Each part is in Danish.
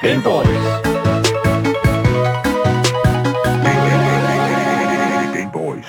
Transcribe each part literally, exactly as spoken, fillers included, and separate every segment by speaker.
Speaker 1: Game Boys. Game Boys.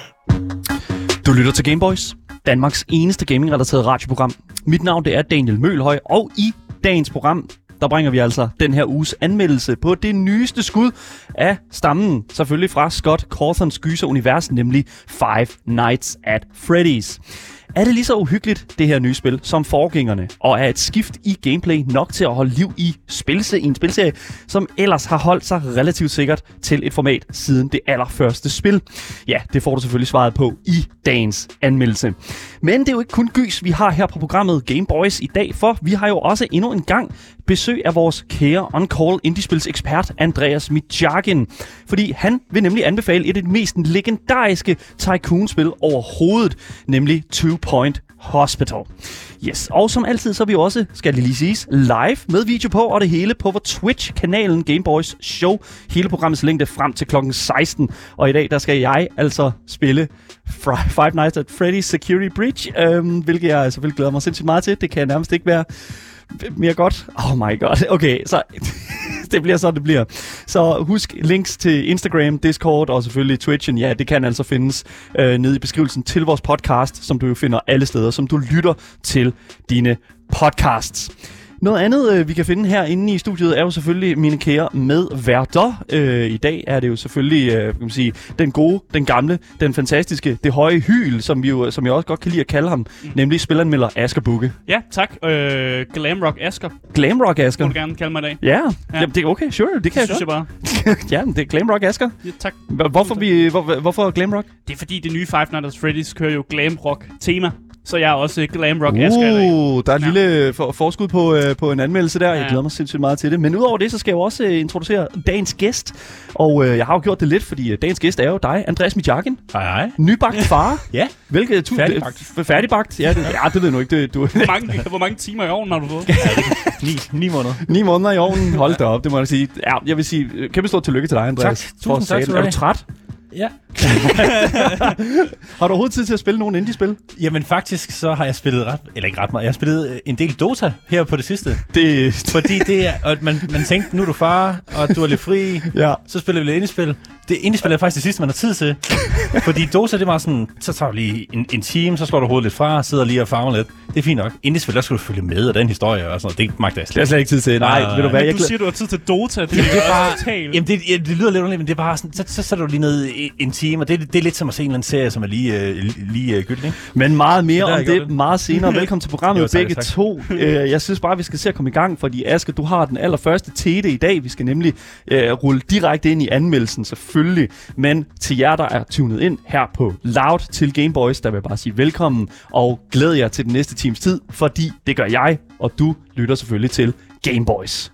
Speaker 1: Du lytter til Game Boys, Danmarks eneste gaming-relateret radioprogram. Mit navn det er Daniel Mølhøj, og i dagens program, der bringer vi altså den her uges anmeldelse på det nyeste skud af stammen, selvfølgelig fra Scott Cawthons gyserunivers, nemlig Five Nights at Freddy's. Er det lige så uhyggeligt, det her nye spil, som forgængerne, og er et skift i gameplay nok til at holde liv i spilse, i en spilserie, som ellers har holdt sig relativt sikkert til et format siden det allerførste spil? Ja, det får du selvfølgelig svaret på i dagens anmeldelse. Men det er jo ikke kun gys, vi har her på programmet Game Boys i dag, for vi har jo også endnu en gang besøg af vores kære on-call indiespils ekspert Andreas Mijakin. Fordi han vil nemlig anbefale et af de mest legendariske tycoon-spil overhovedet, nemlig Two Point Hospital. Yes, og som altid, så er vi også, skal det lige siges, live med video på og det hele på vores Twitch-kanalen Game Boys Show. Hele programmets længde frem til klokken seksten. Og i dag, der skal jeg altså spille Five Nights at Freddy's Security Breach, øhm, hvilket jeg selvfølgelig glæder mig sindssygt meget til. Det kan nærmest ikke være mere godt. Oh my god. Okay, så det bliver så, det bliver. Så husk links til Instagram, Discord og selvfølgelig Twitchen. Ja, det kan altså findes øh, nede i beskrivelsen til vores podcast, som du jo finder alle steder, som du lytter til dine podcasts. Noget andet, øh, vi kan finde herinde i studiet, er jo selvfølgelig mine kære medværter. Øh, I dag er det jo selvfølgelig øh, kan man sige, den gode, den gamle, den fantastiske, det høje hyl, som, vi jo, som jeg også godt kan lide at kalde ham, mm. nemlig spilleranmelder Asger Bukke.
Speaker 2: Ja, tak. Øh, Glamrock Asger.
Speaker 1: Glamrock Asger.
Speaker 2: Må du gerne kalde mig i dag.
Speaker 1: Ja, ja. Jamen, det er okay, sure, det kan
Speaker 2: det
Speaker 1: jeg
Speaker 2: synes
Speaker 1: godt.
Speaker 2: jeg bare.
Speaker 1: Ja, det er Glamrock Asger.
Speaker 2: Ja, tak.
Speaker 1: Hvorfor, vi, hvor, hvorfor Glamrock?
Speaker 2: Det er fordi, det nye Five Nights at Freddy's kører jo Glamrock-tema. Så jeg er også Glamrock Asger i dag.
Speaker 1: Uh, der er et
Speaker 2: ja.
Speaker 1: lille for, forskud på, uh, på en anmeldelse der.
Speaker 2: Ja.
Speaker 1: Jeg glæder mig sindssygt meget til det. Men udover det, så skal jeg jo også uh, introducere dagens gæst. Og uh, jeg har jo gjort det lidt, fordi uh, dagens gæst er jo dig, Andreas Mijakin.
Speaker 3: Hej, hej.
Speaker 1: Nybagt far.
Speaker 3: Ja.
Speaker 1: Hvilket tu-
Speaker 3: Færdigbagt.
Speaker 1: F- færdigbagt. Ja, det, ja, det ved du ikke. Det, du
Speaker 2: Hvor mange, hvor mange timer i ovnen har du fået?
Speaker 3: ni, ni måneder.
Speaker 1: Ni måneder i ovnen. Hold da op, det må jeg sige. Ja, jeg vil sige, kæmpe stort tillykke til dig, Andreas.
Speaker 3: Tak. Tusind tak til
Speaker 1: dig. Er du træt?
Speaker 3: Ja.
Speaker 1: Har du overhovedet tid til at spille nogle indie-spil?
Speaker 3: Jamen faktisk, så har jeg spillet ret, eller ikke ret meget, jeg har spillet en del Dota her på det sidste.
Speaker 1: Det...
Speaker 3: Fordi det er, og man, man tænkte, nu er du far, og du er lidt fri,
Speaker 1: ja.
Speaker 3: Så spiller vi lidt indie-spil. Det indie-spil er faktisk det sidste, man har tid til. Fordi Dota, det var sådan, så tager du lige en, en time, så slår du hovedet lidt fra, sidder lige og farver lidt. Det er fint nok. Indie-spil, der skal du følge med, og den historie og sådan noget. Det magter jeg slet.
Speaker 1: Det er slet ikke tid til. Nej,
Speaker 3: Nej,
Speaker 1: ved du hvad?
Speaker 2: Men
Speaker 1: Jeg
Speaker 2: du siger, du har tid til Dota. Det,
Speaker 3: Jamen, det er bare,
Speaker 2: totalt.
Speaker 3: jamen det, ja, det lyder lidt underligt, men det er bare sådan, så, så sætter du lige ned i en time, og det, det er lidt som at se en eller anden serie, som er lige, uh, lige uh, gyldig.
Speaker 1: Men meget mere
Speaker 3: det
Speaker 1: om det meget senere. Velkommen til programmet,
Speaker 3: jo, tak,
Speaker 1: begge
Speaker 3: tak.
Speaker 1: to. Uh, jeg synes bare, vi skal se at komme i gang, fordi Asger, du har den allerførste tete i dag. Vi skal nemlig uh, rulle direkte ind i anmeldelsen, selvfølgelig. Men til jer, der er tunet ind her på Loud til Game Boys, der vil jeg bare sige velkommen, og glæder jer til den næste times tid, fordi det gør jeg, og du lytter selvfølgelig til Game Boys.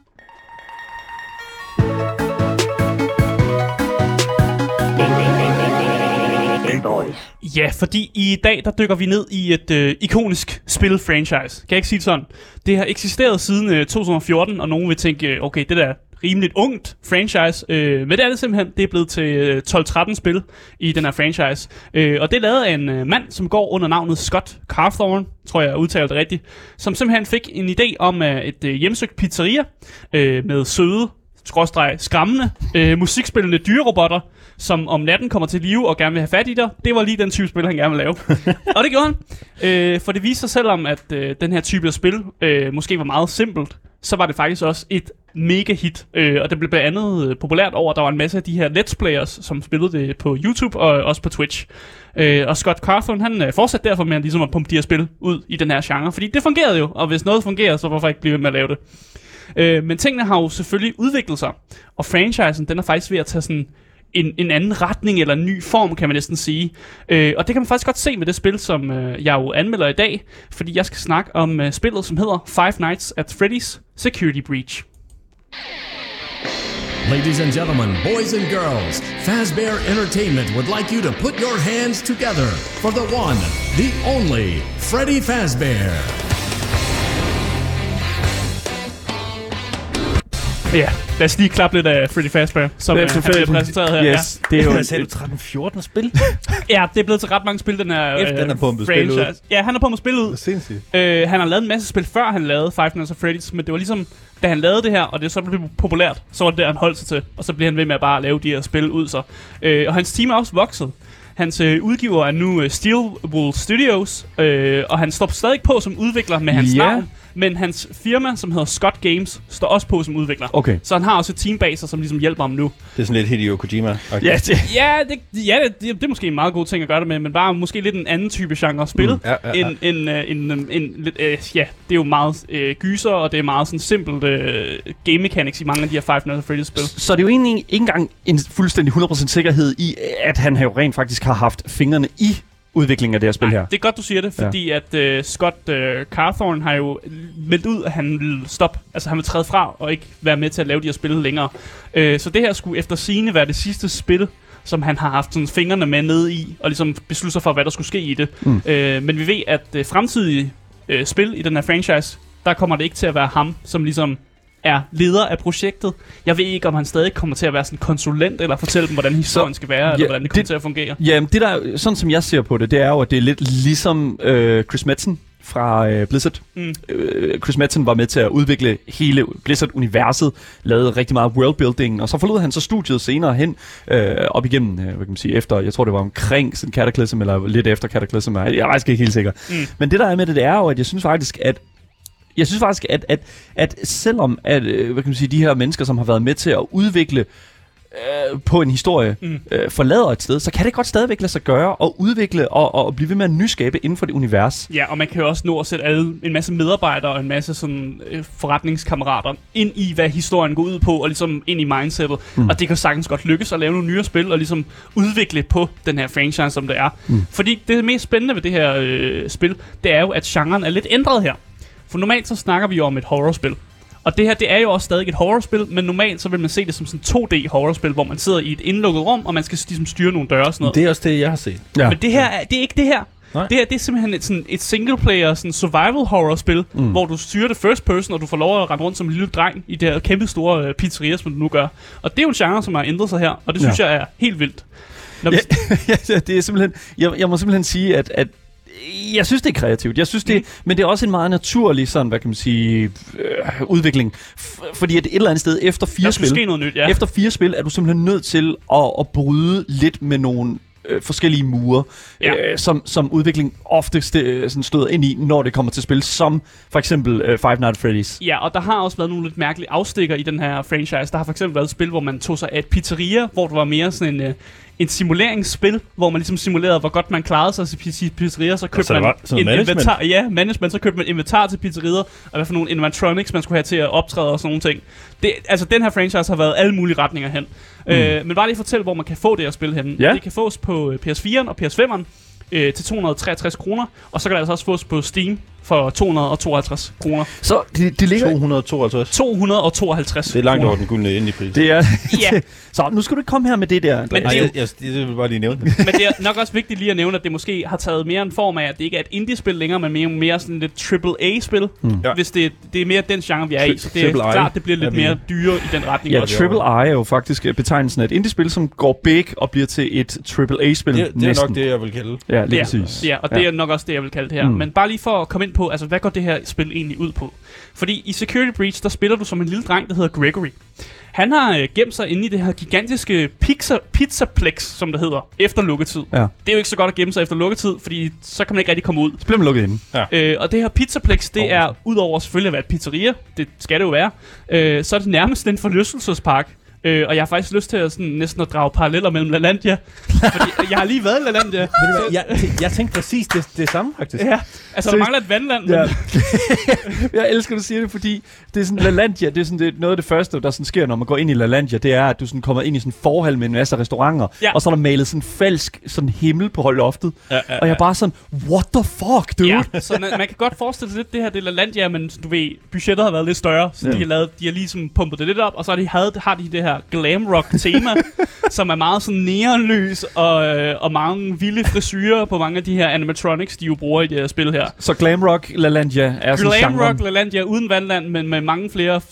Speaker 2: Ja, fordi i dag, der dykker vi ned i et øh, ikonisk spil-franchise. Kan jeg ikke sige det sådan? Det har eksisteret siden øh, to tusind og fjorten, og nogen vil tænke, øh, okay, det der er rimeligt ungt franchise. Øh, men det er det simpelthen. Det er blevet til øh, tolv tretten spil i den her franchise. Øh, og det er lavet af en øh, mand, som går under navnet Scott Cawthon, tror jeg, jeg udtalte det rigtigt, som simpelthen fik en idé om øh, et øh, hjemsøgt pizzeria øh, med søde, skråstreg, skræmmende, øh, musikspillende dyrerobotter, som om natten kommer til live og gerne vil have fat i dig. Det var lige den type spil, han gerne ville lave. Og det gjorde han. Øh, for det viste sig selvom, at øh, den her type af spil øh, måske var meget simpelt, så var det faktisk også et mega hit. Øh, og det blev blandt andet øh, populært over, at der var en masse af de her let's players, som spillede det på YouTube og også på Twitch. Øh, og Scott Cawthon, han øh, fortsatte derfor med at, ligesom at pumpe de her spil ud i den her genre, fordi det fungerede jo, og hvis noget fungerer, så hvorfor ikke blive ved med at lave det. Øh, men tingene har jo selvfølgelig udviklet sig, og franchisen, den er faktisk ved at tage sådan en, en anden retning, eller en ny form, kan man næsten sige. Øh, og det kan man faktisk godt se med det spil, som øh, jeg jo anmelder i dag, fordi jeg skal snakke om øh, spillet, som hedder Five Nights at Freddy's Security Breach.
Speaker 4: Ladies and gentlemen, boys and girls, Fazbear Entertainment would like you to put your hands together for the one, the only, Freddy Fazbear.
Speaker 2: Ja, lad os lige klappe lidt af Freddy Fazbear, som
Speaker 1: Det
Speaker 2: øh,
Speaker 1: er
Speaker 2: han bliver præsenteret her.
Speaker 1: Yes, det er jo
Speaker 3: Sagde du tretten fjorten spil?
Speaker 2: Ja, det er blevet til ret mange spil, den her
Speaker 3: Efter
Speaker 2: øh,
Speaker 3: han har pumpet spil ud.
Speaker 2: Ja, han har pumpet spil ud.
Speaker 3: Sindssygt.
Speaker 2: Øh, han har lavet en masse spil, før han lavede Five Nights at Freddy's, men det var ligesom, da han lavede det her, og det så blev populært, så var det der, han holdt sig til. Og så blev han ved med at bare lave de her spil ud så. Øh, og hans team er også vokset. Hans øh, udgiver er nu øh, Steelwool Studios, øh, og han står stadig på som udvikler med hans
Speaker 1: Ja.
Speaker 2: navn. Men hans firma, som hedder Scott Games, står også på som udvikler.
Speaker 1: Okay.
Speaker 2: Så han har også et team bag sig, som ligesom hjælper ham nu.
Speaker 3: Det er sådan lidt Hideo Kojima. Okay.
Speaker 1: Ja, det,
Speaker 2: Ja, det, ja det, det, det er måske en meget god ting at gøre det med, men bare måske lidt en anden type genre spil. Mm,
Speaker 3: ja, ja, ja.
Speaker 2: En, en, øh, en, en, en, lidt, øh, ja, det er jo meget øh, gyser, og det er meget sådan simpelt øh, game mechanics i mange af de her Five Nights at Freddy's spil.
Speaker 1: så det er jo egentlig ikke engang en fuldstændig hundrede procent sikkerhed i, at han jo rent faktisk har haft fingrene i udviklingen af det her spil her.
Speaker 2: Det er godt, du siger det, fordi ja. at uh, Scott uh, Cawthorn har jo meldt ud, at han vil stoppe. Altså han vil træde fra og ikke være med til at lave de her spil længere. Uh, så det her skulle efter sigende være det sidste spil, som han har haft sådan fingrene med nede i, og ligesom beslutte sig for, hvad der skulle ske i det. Mm. Uh, men vi ved, at uh, fremtidige uh, spil i den her franchise, der kommer det ikke til at være ham, som ligesom er leder af projektet. Jeg ved ikke, om han stadig kommer til at være sådan en konsulent, eller fortælle dem, hvordan historien skal være, ja, eller hvordan det kommer det, til at fungere.
Speaker 1: Jamen, det der, sådan som jeg ser på det, det er jo, at det er lidt ligesom øh, Chris Metzen fra øh, Blizzard. Mm. Øh, Chris Metzen var med til at udvikle hele Blizzard-universet, lavede rigtig meget worldbuilding, og så forlod han så studiet senere hen, øh, op igennem, øh, hvad kan man sige, efter, jeg tror det var omkring sådan Cataclysm, eller lidt efter Cataclysm, jeg er faktisk ikke helt sikker. Mm. Men det der er med det, det er jo, at jeg synes faktisk, at Jeg synes faktisk, at, at, at selvom at, hvad kan man sige, de her mennesker, som har været med til at udvikle øh, på en historie, mm. øh, forlader et sted, så kan det godt stadigvæk lade sig gøre at udvikle og, og blive ved med at nyskabe inden for det univers.
Speaker 2: Ja, og man kan jo også nå at sætte alle, en masse medarbejdere og en masse sådan, øh, forretningskammerater ind i, hvad historien går ud på, og ligesom ind i mindsetet. Mm. Og det kan sagtens godt lykkes at lave nogle nye spil, og ligesom udvikle på den her franchise, som det er. Mm. Fordi det mest spændende ved det her øh, spil, det er jo, at genren er lidt ændret her. For normalt så snakker vi jo om et horrorspil. Og det her, det er jo også stadig et horrorspil, men normalt så vil man se det som sådan to D horrorspil, hvor man sidder i et indlukket rum, og man skal ligesom styre nogle døre og sådan noget.
Speaker 3: Det er også det, jeg har set.
Speaker 2: Ja. Men det her, det er ikke det her. Nej. Det her, det er simpelthen et, sådan et single-player sådan survival horror-spil, mm. hvor du styrer det first person, og du får lov at rende rundt som en lille dreng i det her kæmpe store uh, pizzeria, som du nu gør. Og det er jo en genre, som har ændret sig her, og det synes ja. jeg er helt vildt. Når
Speaker 1: ja, ja, det er simpelthen, jeg, jeg må simpelthen sige, at, at jeg synes, det er kreativt. Jeg synes, det, mm. men det er også en meget naturlig sådan, hvad kan man sige, øh, udvikling. F- fordi at et eller andet sted efter fire spil,
Speaker 2: ske noget nyt, ja.
Speaker 1: efter fire spil er du simpelthen nødt til at, at bryde lidt med nogle øh, forskellige mure, ja. øh, som, som udvikling ofte st- sådan støder ind i, når det kommer til spil, som for eksempel øh, Five Nights at Freddy's.
Speaker 2: Ja, og der har også været nogle lidt mærkelige afstikker i den her franchise. Der har for eksempel været et spil, hvor man tog sig af et pizzeria, hvor der var mere sådan en... Øh, en simuleringsspil, hvor man ligesom simulerede, hvor godt man klarede sig til pizzerier, så købte
Speaker 3: altså,
Speaker 2: man en
Speaker 3: management.
Speaker 2: inventar, ja, management, så købte man inventar til pizzerier, og hvad for nogle animatronics man skulle have til at optræde og sådan nogle ting. Det, altså, den her franchise har været alle mulige retninger hen. Mm. Øh, men bare lige fortæl, hvor man kan få det her spil henne.
Speaker 1: Ja.
Speaker 2: Det kan fås på P S fire'en og P S fem'eren øh, til to hundrede og treogtres kroner, og så kan det altså også fås på Steam for to hundrede og tooghalvtreds kroner.
Speaker 1: Så det, det ligger...
Speaker 3: to hundrede og tooghalvtreds.
Speaker 2: to hundrede og tooghalvtreds.
Speaker 3: Det er langt over den gyldne indie-pris.
Speaker 1: Det er...
Speaker 2: Ja.
Speaker 1: Så nu skal du ikke komme her med det der.
Speaker 2: Men
Speaker 3: Nej,
Speaker 2: det,
Speaker 3: jeg, jeg, jeg vil bare lige nævne det.
Speaker 2: Men det er nok også vigtigt lige at nævne, at det måske har taget mere en form af, at det ikke er et indie-spil længere, men mere, mere sådan lidt triple A-spil. Mm. Ja. Hvis det, det er mere den genre, vi er i. Så det er klart, det bliver lidt mere dyre i den retning.
Speaker 1: Ja, triple A er jo faktisk betegnelsen af et indie-spil, som går big og bliver til et triple A-spil.
Speaker 3: Det, det er nok det, jeg vil kalde det.
Speaker 1: Ja, lige
Speaker 2: ja,
Speaker 1: præcis.
Speaker 2: Ja, og det er nok også det, jeg vil kalde det her. Mm. Men bare lige for at komme ind på, altså hvad går det her spil egentlig ud på? Fordi i Security Breach, der spiller du som en lille dreng, der hedder Gregory. Han har øh, gemt sig inde i det her gigantiske pizza, pizzaplex, som det hedder, efter lukketid. Ja. Det er jo ikke så godt at gemme sig efter lukketid, fordi så kan man ikke rigtig komme ud.
Speaker 1: Så bliver man lukket inde.
Speaker 2: Ja. Øh, og det her pizzaplex, det oh. er, udover selvfølgelig at være et pizzeria, det skal det jo være, øh, så er det nærmest en forlystelsespark. Øh, og jeg har faktisk lyst til at sådan, næsten at drage paralleller mellem LaLandia. Fordi jeg har lige været i LaLandia.
Speaker 3: jeg, jeg tænkte præcis det, det samme, faktisk.
Speaker 2: Ja, altså så der mangler et vandland.
Speaker 1: Ja. Jeg elsker, at du siger det, fordi det er sådan, LaLandia, det er sådan, det er noget af det første, der sådan sker, når man går ind i LaLandia, det er, at du sådan kommer ind i sådan en forhal med en masse restauranter, ja. Og så er der malet sådan en falsk sådan himmel på loftet. Ja, ja, ja. Og jeg er bare sådan, what the fuck, dude?
Speaker 2: Ja, så man, man kan godt forestille sig lidt, det her det er LaLandia, men du ved, budgettet har været lidt større, så ja. de, har lavet, de har ligesom pumpet det lidt op, og så har de, havde, har de det her glam rock tema, som er meget sådan neonlys og, øh, og mange vilde frisyrer på mange af de her animatronics, de jo bruger i det her spil her.
Speaker 1: Så glam rock LaLandia er sådan
Speaker 2: Glam rock LaLandia uden vandland, men med mange flere sådan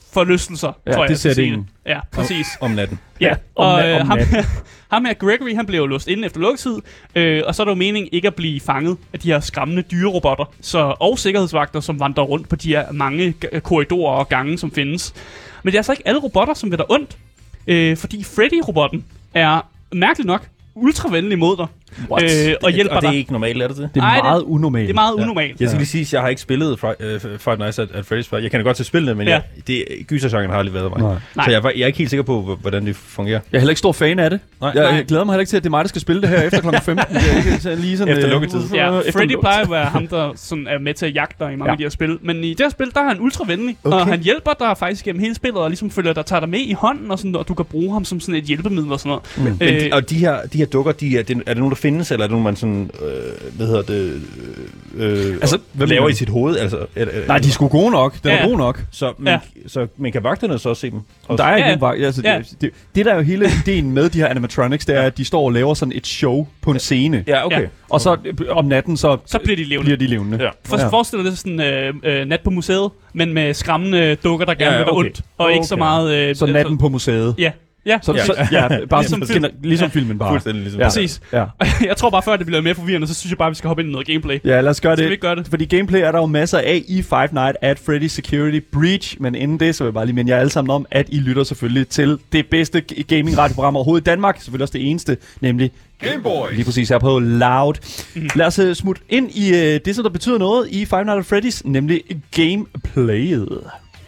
Speaker 2: forlystelser,
Speaker 1: Ja,
Speaker 2: tror jeg.
Speaker 1: det ser det en.
Speaker 2: Ja, præcis.
Speaker 3: Om, om natten.
Speaker 2: Ja,
Speaker 1: om
Speaker 2: og
Speaker 1: na-
Speaker 2: øh,
Speaker 1: om
Speaker 2: ham,
Speaker 1: natten.
Speaker 2: ham her, Gregory, han blev jo låst inde efter lukketid, øh, og så er det jo meningen ikke at blive fanget af de her skræmmende dyrerobotter, så, og sikkerhedsvagter, som vandrer rundt på de her mange g- korridorer og gange, som findes. Men det er altså ikke alle robotter, som vil dig ondt, øh, fordi Freddy-robotten er mærkeligt nok ultravenlig mod dig, øh, og hjælper
Speaker 3: og det er
Speaker 2: dig.
Speaker 3: ikke normalt, er det det?
Speaker 1: Det er
Speaker 2: Ej,
Speaker 1: meget
Speaker 2: det-
Speaker 1: unormalt.
Speaker 2: Det er meget unormalt.
Speaker 3: Jeg skal lige sige, at jeg har ikke spillet Fri- uh, Five Nights at, at Freddy's før. Jeg kan da godt til spillene, men
Speaker 2: Ja.
Speaker 3: ja. jeg, det, gysergenren har aldrig været mig.
Speaker 1: Nej.
Speaker 3: Så jeg, var- jeg er ikke helt sikker på, h- hvordan det fungerer.
Speaker 1: Jeg er heller ikke stor fan af det.
Speaker 3: Nej.
Speaker 1: Jeg,
Speaker 2: Nej.
Speaker 1: jeg glæder mig heller ikke til, at det er mig, der skal spille det her efter klokken femten. Det er ikke sådan lige sådan,
Speaker 3: Efter
Speaker 1: øh,
Speaker 3: lukketid.
Speaker 2: Ja,
Speaker 1: efter
Speaker 2: Freddy
Speaker 1: luk-
Speaker 2: plejer at være ham, der sådan er med til at jagte dig i mange
Speaker 1: Ja.
Speaker 2: af de her spil. Men i det her spil, der er han ultravenlig, okay. og han hjælper dig faktisk gennem hele spillet, og ligesom følger dig, tager dig med i hånden, og, sådan, og du kan bruge ham som sådan et hjælpemiddel og sådan noget.
Speaker 3: Men
Speaker 2: Øh,
Speaker 3: de, og de her, de her dukker, de er, det, er det nogen, der findes, eller er det nogen, man sådan, øh, hvad hedder det, øh,
Speaker 1: Altså,
Speaker 3: altså,
Speaker 1: hvad
Speaker 3: laver
Speaker 1: mener
Speaker 3: i
Speaker 1: du?
Speaker 3: sit hoved? Altså, er, er,
Speaker 1: Nej, de er sgu gode nok. Den
Speaker 2: Ja.
Speaker 1: er god nok.
Speaker 3: så, men,
Speaker 2: Ja.
Speaker 3: så, men kan vagterne så se dem?
Speaker 1: Der er ikke
Speaker 2: Ja.
Speaker 1: nogen vagt. Altså,
Speaker 2: Ja.
Speaker 1: det, det, det, der er jo hele ideen med de her animatronics, det er, at de står og laver sådan et show på en scene.
Speaker 3: Ja, okay.
Speaker 2: Ja.
Speaker 1: Og så øh, om natten, så,
Speaker 2: Så bliver de levende.
Speaker 1: Bliver de levende.
Speaker 3: Ja.
Speaker 2: For ja. Forestil dig det sådan øh, øh, nat på museet, men med skræmmende dukker, der gerne
Speaker 3: Ja,
Speaker 2: vil dig
Speaker 3: okay.
Speaker 2: ondt, og ikke så
Speaker 3: Okay.
Speaker 2: meget... Øh,
Speaker 1: Så natten på museet.
Speaker 2: Ja, ja.
Speaker 1: Så,
Speaker 3: Ja.
Speaker 1: så, ja, bare
Speaker 2: Ligesom
Speaker 1: ligesom,
Speaker 2: film.
Speaker 1: film. ligesom filmen bare.
Speaker 3: Fuldstændig ligesom.
Speaker 1: Ja.
Speaker 2: Præcis.
Speaker 1: Ja.
Speaker 2: Jeg tror bare, før det bliver mere forvirrende, så synes jeg bare, at vi skal hoppe ind i noget gameplay.
Speaker 1: Ja, lad os gøre
Speaker 2: Skal
Speaker 1: det.
Speaker 2: vi ikke gøre det?
Speaker 1: Fordi gameplay er der jo masser af i Five Nights at Freddy's Security Breach. Men inden det, så vil jeg bare lige minde jer alle sammen om, at I lytter selvfølgelig til det bedste g- gaming-radioprogram overhovedet i Danmark. Selvfølgelig også det eneste, nemlig Gameboy. Lige præcis her på Loud. Mm. Lad os uh, smutte ind i uh, det, som der betyder noget i Five Nights at Freddy's, nemlig gameplayet.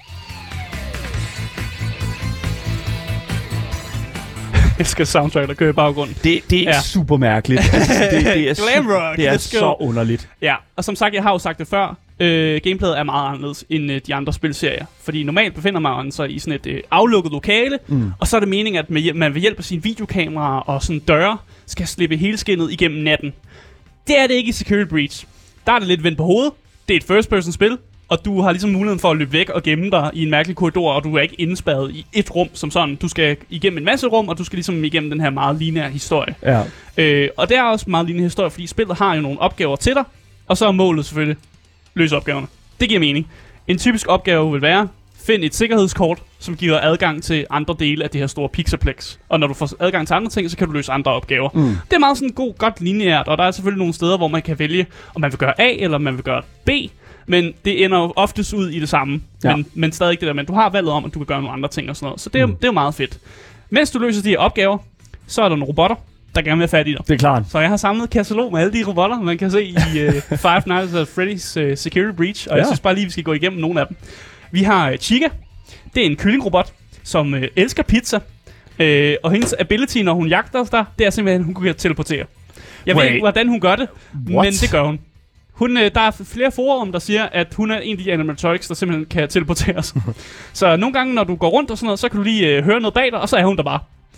Speaker 2: Jeg elsker soundtrack, der kører i baggrunden.
Speaker 1: Det, det er
Speaker 2: Ja.
Speaker 1: super mærkeligt. Altså, det, det er,
Speaker 2: Glam
Speaker 1: su-
Speaker 2: rock,
Speaker 1: det er
Speaker 2: let's go.
Speaker 1: så underligt.
Speaker 2: Ja, og som sagt, jeg har jo sagt det før, øh, gameplayet er meget anderledes end øh, de andre spilserier. Fordi normalt befinder man sig i sådan et øh, aflukket lokale, mm. og så er det meningen, at med, man ved hjælp af sine videokameraer og sådan døre, skal slippe hele skinnet igennem natten. Det er det ikke i Security Breach. Der er det lidt vendt på hovedet. Det er et first-person spil, og du har ligesom muligheden for at løbe væk og gemme dig i en mærkelig korridor, og du er ikke indspærret i et rum som sådan. Du skal igennem en masse rum, og du skal ligesom igennem den her meget lineære historie.
Speaker 1: Ja.
Speaker 2: Øh, og det er også meget lignende historie, fordi spillet har jo nogle opgaver til dig, og så er målet selvfølgelig løse opgaverne. Det giver mening. En typisk opgave vil være, find et sikkerhedskort, som giver adgang til andre dele af det her store Pixelplex. Og når du får adgang til andre ting, så kan du løse andre opgaver. Mm. Det er meget sådan god, godt lineært, og der er selvfølgelig nogle steder, hvor man kan vælge, om man vil gøre A, eller om man vil gøre B. Men det ender jo oftest ud i det samme.
Speaker 1: Ja.
Speaker 2: Men, men stadig ikke det der, men du har valget om, at du kan gøre nogle andre ting og sådan noget. Så det er, mm. det er jo meget fedt. Mens du løser de her opgaver, så er der nogle robotter, der gerne vil have fat i dig.
Speaker 1: Det er klart.
Speaker 2: Så jeg har samlet et katalog med alle de robotter, man kan se i uh, Five Nights at Freddy's uh, Security Breach. Og ja. Jeg synes bare lige, vi skal gå igennem nogle af dem. Vi har uh, Chica. Det er en kyllingrobot, som uh, elsker pizza. Uh, og hendes ability, når hun jagter os der, det er simpelthen, at hun kan teleportere. Jeg ved
Speaker 1: Wait.
Speaker 2: ikke, hvordan hun gør det,
Speaker 1: What?
Speaker 2: men det gør hun. Hun, øh, der er flere forum, der siger, at hun er en af de animatronics, der simpelthen kan teleporteres. Så nogle gange, når du går rundt og sådan noget, så kan du lige øh, høre noget bag dig, og så er hun der bare.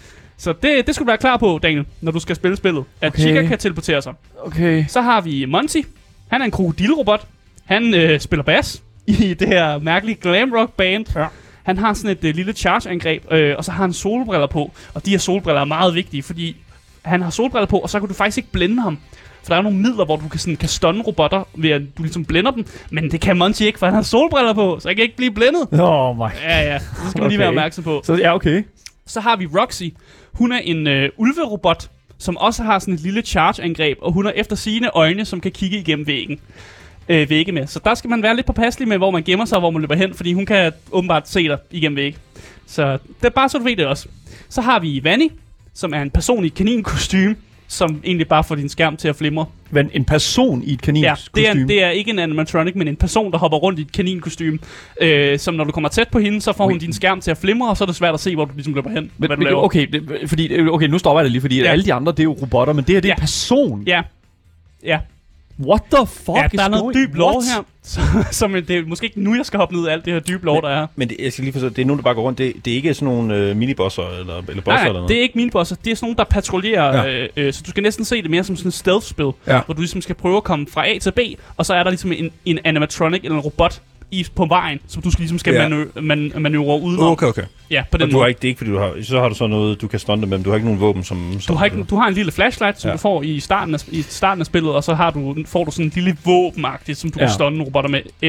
Speaker 2: Så det, det skulle du være klar på, Daniel, når du skal spille spillet. At
Speaker 1: Okay.
Speaker 2: Chica kan teleportere sig.
Speaker 1: Okay.
Speaker 2: Så har vi Monty. Han er en krokodilrobot. Han øh, spiller bas i det her mærkelige glam rock band.
Speaker 1: Ja.
Speaker 2: Han har sådan et øh, lille charge-angreb, øh, og så har han solbriller på. Og de her solbriller er meget vigtige, fordi han har solbriller på, og så kan du faktisk ikke blende ham. For der er nogle midler, hvor du kan, sådan, kan stunne robotter, ved at du ligesom blænder dem. Men det kan Monty ikke, for han har solbriller på, så jeg kan ikke blive blændet.
Speaker 1: Oh my.
Speaker 2: Ja, ja, så skal man lige
Speaker 1: Okay.
Speaker 2: være opmærksom på.
Speaker 1: Så ja, okay.
Speaker 2: Så har vi Roxy. Hun er en øh, ulverobot, som også har sådan et lille charge-angreb, og hun har efter sine øjne, som kan kigge igennem væggen. Øh, vægge med. Så der skal man være lidt påpasselig med, hvor man gemmer sig og hvor man løber hen, fordi hun kan åbenbart se dig igennem vægge. Så det er bare så du ved det også. Så har vi Vanny, som er en person i et kaninkostyme, som egentlig bare får din skærm til at flimre.
Speaker 1: Men en person i et
Speaker 2: Ja,
Speaker 1: kaninkostyme.
Speaker 2: det er, det er ikke en animatronic, men en person, der hopper rundt i et kaninkostyme. Øh, som når du kommer tæt på hende, så får hun
Speaker 1: Wait.
Speaker 2: din skærm til at flimre, og så er det svært at se, hvor du ligesom løber hen.
Speaker 1: Men,
Speaker 2: hvad du
Speaker 1: men,
Speaker 2: laver.
Speaker 1: okay, det, fordi, okay, nu stopper jeg det lige, fordi
Speaker 2: Ja.
Speaker 1: ja. alle de andre, det er jo robotter, men det her, det er
Speaker 2: Ja.
Speaker 1: en person.
Speaker 2: Ja. Ja.
Speaker 1: What the fuck
Speaker 2: Ja,
Speaker 1: is
Speaker 2: der er noget
Speaker 1: going-
Speaker 2: dyb lore
Speaker 1: What?
Speaker 2: her, så, som det er måske ikke nu, jeg skal hoppe ned i alt det her dybe lore, der er.
Speaker 3: Men det, jeg skal lige forstå, det er nogen, der bare går rundt. Det, det er ikke sådan nogle øh, minibosser eller, eller bosser
Speaker 2: Nej,
Speaker 3: eller
Speaker 2: nej,
Speaker 3: noget?
Speaker 2: det er ikke mine bosser. Det er sådan nogle, der patruljerer,
Speaker 3: Ja.
Speaker 2: øh, øh, så du skal næsten se det mere som sådan et stealth-spil,
Speaker 3: Ja.
Speaker 2: hvor du ligesom skal prøve at komme fra A til B, og så er der ligesom en, en animatronic eller en robot i, på vejen, som du skal, ligesom skal
Speaker 3: Ja.
Speaker 2: manø- man, manøvrere udenom.
Speaker 3: Okay, okay.
Speaker 2: Ja, på den
Speaker 3: Og du
Speaker 2: måde.
Speaker 3: har ikke, det er ikke, fordi du har, så har du så noget, du kan stunte med, men du har ikke nogen våben, som...
Speaker 2: Du
Speaker 3: som
Speaker 2: har, ikke, du har en lille flashlight, som
Speaker 3: Ja.
Speaker 2: du får i starten, af, i starten af spillet, og så har du, får du sådan en lille våbenagtigt, som du ja. kan
Speaker 1: Ja.
Speaker 2: stunne robotter med, efter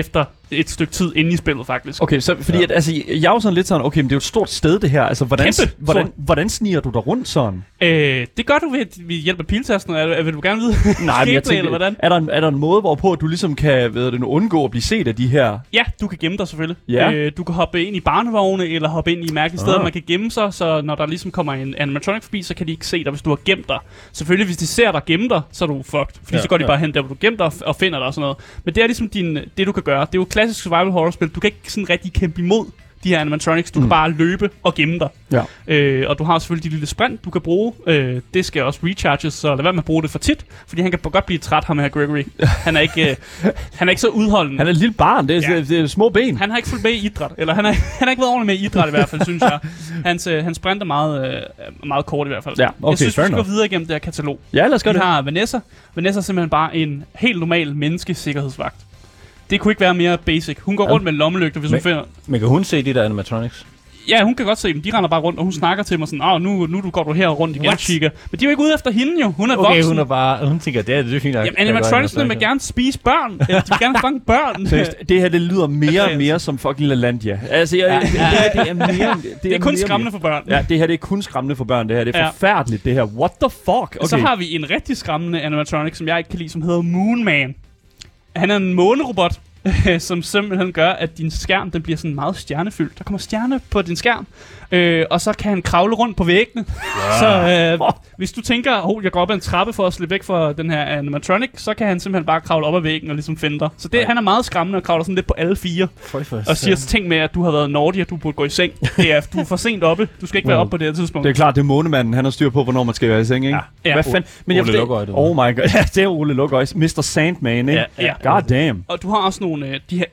Speaker 2: et stykke tid inde i spillet, faktisk.
Speaker 1: Okay, så fordi ja. at, altså, jeg er jo sådan lidt sådan, okay, men det er jo et stort sted, det her. Altså, hvordan,
Speaker 2: Kæmpe,
Speaker 1: hvordan, hvordan sniger du dig rundt sådan?
Speaker 2: Øh, det gør du ved, ved hjælp af piltasten. Er, vil du gerne vide?
Speaker 1: Nej, men jeg tænker,
Speaker 2: eller hvordan?
Speaker 1: Er der, en, er der en måde, hvorpå du ligesom kan ved det, undgå at blive set af de her?
Speaker 2: Ja, du kan gemme dig selvfølgelig.
Speaker 1: Ja.
Speaker 2: Øh, du kan hoppe ind i barnevogne, eller hoppe ind i mærkelige steder,
Speaker 1: Ah.
Speaker 2: man kan gemme sig, så når der ligesom kommer en animatronic forbi, så kan de ikke se dig, hvis du har gemt dig. Selvfølgelig, hvis de ser dig gemme dig, så er du fucked. Fordi
Speaker 3: Ja,
Speaker 2: så går de
Speaker 3: ja.
Speaker 2: bare hen der, hvor du gemmer dig og finder dig og sådan noget. Men det er ligesom din, det, du kan gøre. Det er jo klassisk survival horror-spil. Du kan ikke sådan rigtig kæmpe imod de her animatronics. Du mm. kan bare løbe og gemme dig.
Speaker 1: Ja.
Speaker 2: Øh, og du har selvfølgelig de lille sprint, du kan bruge. Øh, det skal også recharges, så lad være med at bruge det for tit. Fordi han kan godt blive træt, ham her Gregory. Han er ikke, øh, han er ikke så udholdende.
Speaker 1: Han er et lille barn, det er,
Speaker 2: Ja.
Speaker 1: det, det er små ben.
Speaker 2: Han har ikke fulgt med i idræt. Eller han, er, han har ikke været ordentligt med i idræt i hvert fald, synes jeg. Hans, øh, han sprinter meget, øh, meget kort i hvert fald.
Speaker 1: Ja, okay,
Speaker 2: jeg synes, vi
Speaker 1: fair
Speaker 2: skal gå
Speaker 1: enough.
Speaker 2: videre igennem det her katalog.
Speaker 1: Ja, lad os gøre
Speaker 2: Vi
Speaker 1: det.
Speaker 2: har Vanessa. Vanessa er simpelthen bare en helt normal menneskesikkerhedsvagt. Det kunne ikke være mere basic. Hun går
Speaker 3: Ja.
Speaker 2: rundt med en lommelygte, hvis hun
Speaker 3: Men-
Speaker 2: finder...
Speaker 3: Men kan hun se de der animatronics?
Speaker 2: Ja, hun kan godt se dem. De render bare rundt, og hun snakker til mig sådan, åh, nu, nu går du her rundt igen,
Speaker 3: What?
Speaker 2: Chica. Men de er jo ikke ude efter hende jo. Hun er
Speaker 3: Okay,
Speaker 2: voksen.
Speaker 3: hun er bare... Hun tænker, det er, det er fint nok.
Speaker 2: Jamen, animatronicsene vil gerne spise børn. Eller de vil gerne fange børn.
Speaker 1: Seriøst, det her, det lyder mere og
Speaker 2: Okay.
Speaker 1: mere som fucking LaLandia. Altså, jeg,
Speaker 2: Ja.
Speaker 1: det, her, det er mere... Det,
Speaker 2: Det er kun
Speaker 1: mere-
Speaker 2: skræmmende for børn.
Speaker 1: Ja, det her, det er kun skræmmende for børn, det her. Det er
Speaker 2: Ja.
Speaker 1: forfærdeligt, det her. What the fuck? Okay.
Speaker 2: Så har vi en rigtig skræmmende animatronic, som jeg ikke kan lide, som hedder Moon Man. Han er en månerobot, som simpelthen gør, at din skærm den bliver sådan meget stjernefyldt. Der kommer stjerne på din skærm, øh, og så kan han kravle rundt på væggene. Ja. Så øh, hvis du tænker, at jeg går op ad en trappe for at slippe væk fra den her animatronic, så kan han simpelthen bare kravle op ad væggen og ligesom finde dig. Så det, han er meget skræmmende og kravler sådan lidt på alle fire. Og siger ting med, at du har været naughty, og du burde gå i seng. Det er, du er for sent oppe. Du skal ikke være
Speaker 1: Well,
Speaker 2: oppe på det her tidspunkt.
Speaker 1: Det er klart, det er månemanden. Han har styr på, hvornår man skal være i seng, ikke?
Speaker 2: Ja.
Speaker 1: Hvad fanden? Men jeg
Speaker 3: Ole
Speaker 1: forstår-
Speaker 3: Lukøje, det
Speaker 1: Oh my god. Ja, det er Ole Lukøje. mister Sandman, ikke?
Speaker 3: Ja,
Speaker 2: ja.
Speaker 1: God damn.
Speaker 2: Og du har også nogle øh, de her